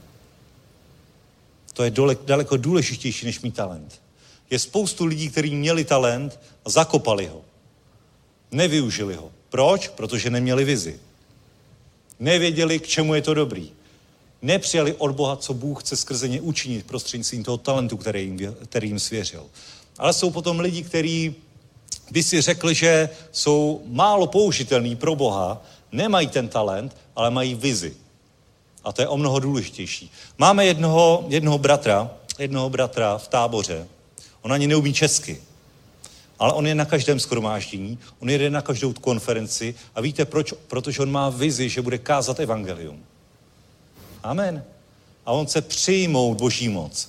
To je daleko důležitější, než mít talent. Je spoustu lidí, kteří měli talent a zakopali ho. Nevyužili ho. Proč? Protože neměli vizi. Nevěděli, k čemu je to dobrý. Nepřijali od Boha, co Bůh chce skrze ně učinit prostřednictvím toho talentu, který jim svěřil. Ale jsou potom lidi, kteří by si řekli, že jsou málo použitelní pro Boha, nemají ten talent, ale mají vizi. A to je o mnoho důležitější. Máme jednoho bratra v Táboře. On ani neumí česky. Ale on je na každém shromáždění, on jede na každou konferenci a víte proč? Protože on má vizi, že bude kázat evangelium. Amen. A on chce přijmout Boží moc.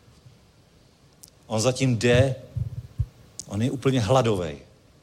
On zatím jde, on je úplně hladovej.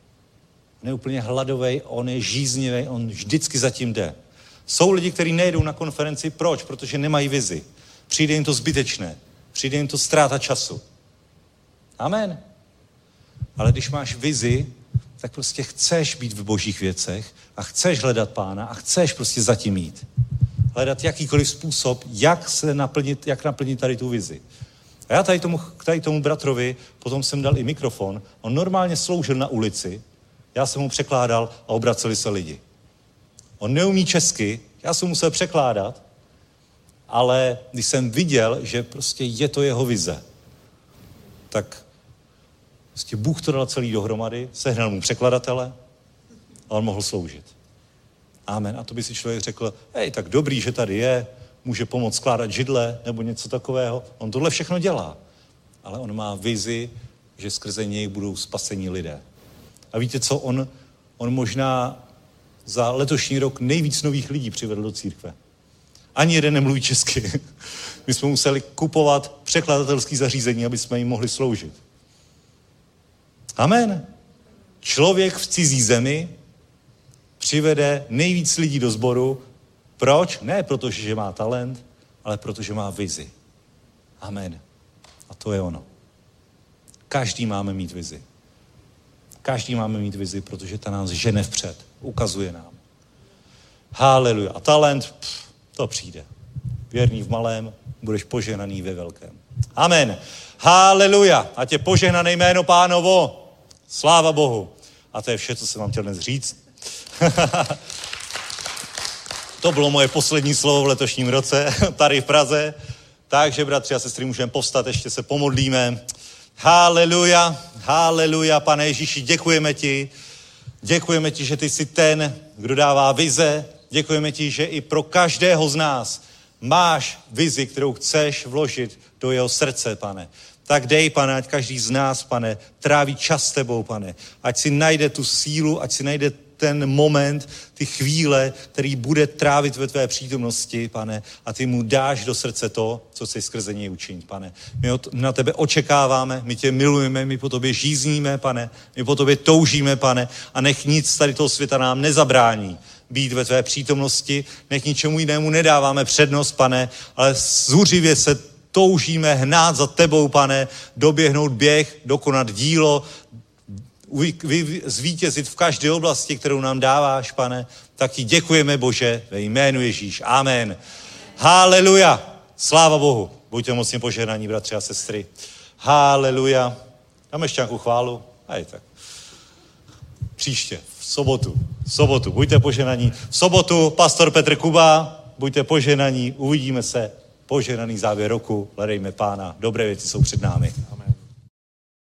On je žíznivý, on vždycky zatím jde. Jsou lidi, kteří nejdou na konferenci, proč? Protože nemají vizi. Přijde jim to zbytečné, přijde jim to ztráta času. Amen. Ale když máš vizi, tak prostě chceš být v Božích věcech a chceš hledat Pána a chceš prostě zatím jít. Hledat jakýkoliv způsob, jak naplnit tady tu vizi. A já tady tomu bratrovi potom jsem dal i mikrofon. On normálně sloužil na ulici, já jsem mu překládal a obraceli se lidi. On neumí česky, já jsem musel překládat, ale když jsem viděl, že prostě je to jeho vize, tak prostě Bůh to dal celý dohromady, sehnal mu překladatele a on mohl sloužit. Amen. A to by si člověk řekl, tak dobrý, že tady je, může pomoct skládat židle nebo něco takového. On tohle všechno dělá. Ale on má vizi, že skrze něj budou spasení lidé. A víte co, on možná za letošní rok nejvíc nových lidí přivedl do církve. Ani jeden nemluví česky. My jsme museli kupovat překladatelské zařízení, aby jsme jim mohli sloužit. Amen. Člověk v cizí zemi přivede nejvíc lidí do sboru. Proč? Ne protože, že má talent, ale protože má vizi. Amen. A to je ono. Každý máme mít vizi. Každý máme mít vizi, protože ta nás žene vpřed. Ukazuje nám. Haleluja. A talent, to přijde. Věrný v malém, budeš požehnaný ve velkém. Amen. Haleluja. Ať je požehnané jméno Pánovo. Sláva Bohu. A to je vše, co jsem vám chtěl dnes říct. To bylo moje poslední slovo v letošním roce, tady v Praze. Takže, bratři a sestry, můžeme povstat, ještě se pomodlíme. Haleluja, haleluja, Pane Ježíši, děkujeme ti. Děkujeme ti, že ty jsi ten, kdo dává vize. Děkujeme ti, že i pro každého z nás máš vizi, kterou chceš vložit do jeho srdce, Pane. Tak dej, Pane, ať každý z nás, Pane, tráví čas s tebou, Pane. Ať si najde tu sílu, ať si najde ten moment, ty chvíle, který bude trávit ve tvé přítomnosti, Pane, a ty mu dáš do srdce to, co chceš skrze něj učinit, Pane. My na tebe očekáváme, my tě milujeme, my po tobě žízníme, Pane, my po tobě toužíme, Pane, a nech nic tady toho světa nám nezabrání být ve tvé přítomnosti, nech ničemu jinému nedáváme přednost, Pane, ale zuřivě se toužíme hnát za tebou, Pane, doběhnout běh, dokonat dílo, zvítězit v každé oblasti, kterou nám dáváš, Pane. Tak ti děkujeme, Bože, ve jménu Ježíš. Amen. Haleluja. Sláva Bohu. Buďte mocně požehnaní, bratři a sestry. Haleluja. Dáme ještě nějakou chválu? Aj tak. Příště, v sobotu. Buďte požehnaní. V sobotu pastor Petr Kuba. Buďte požehnaní. Uvidíme se. Požehnaný závěr roku. Hledejme Pána. Dobré věci jsou před námi. Amen.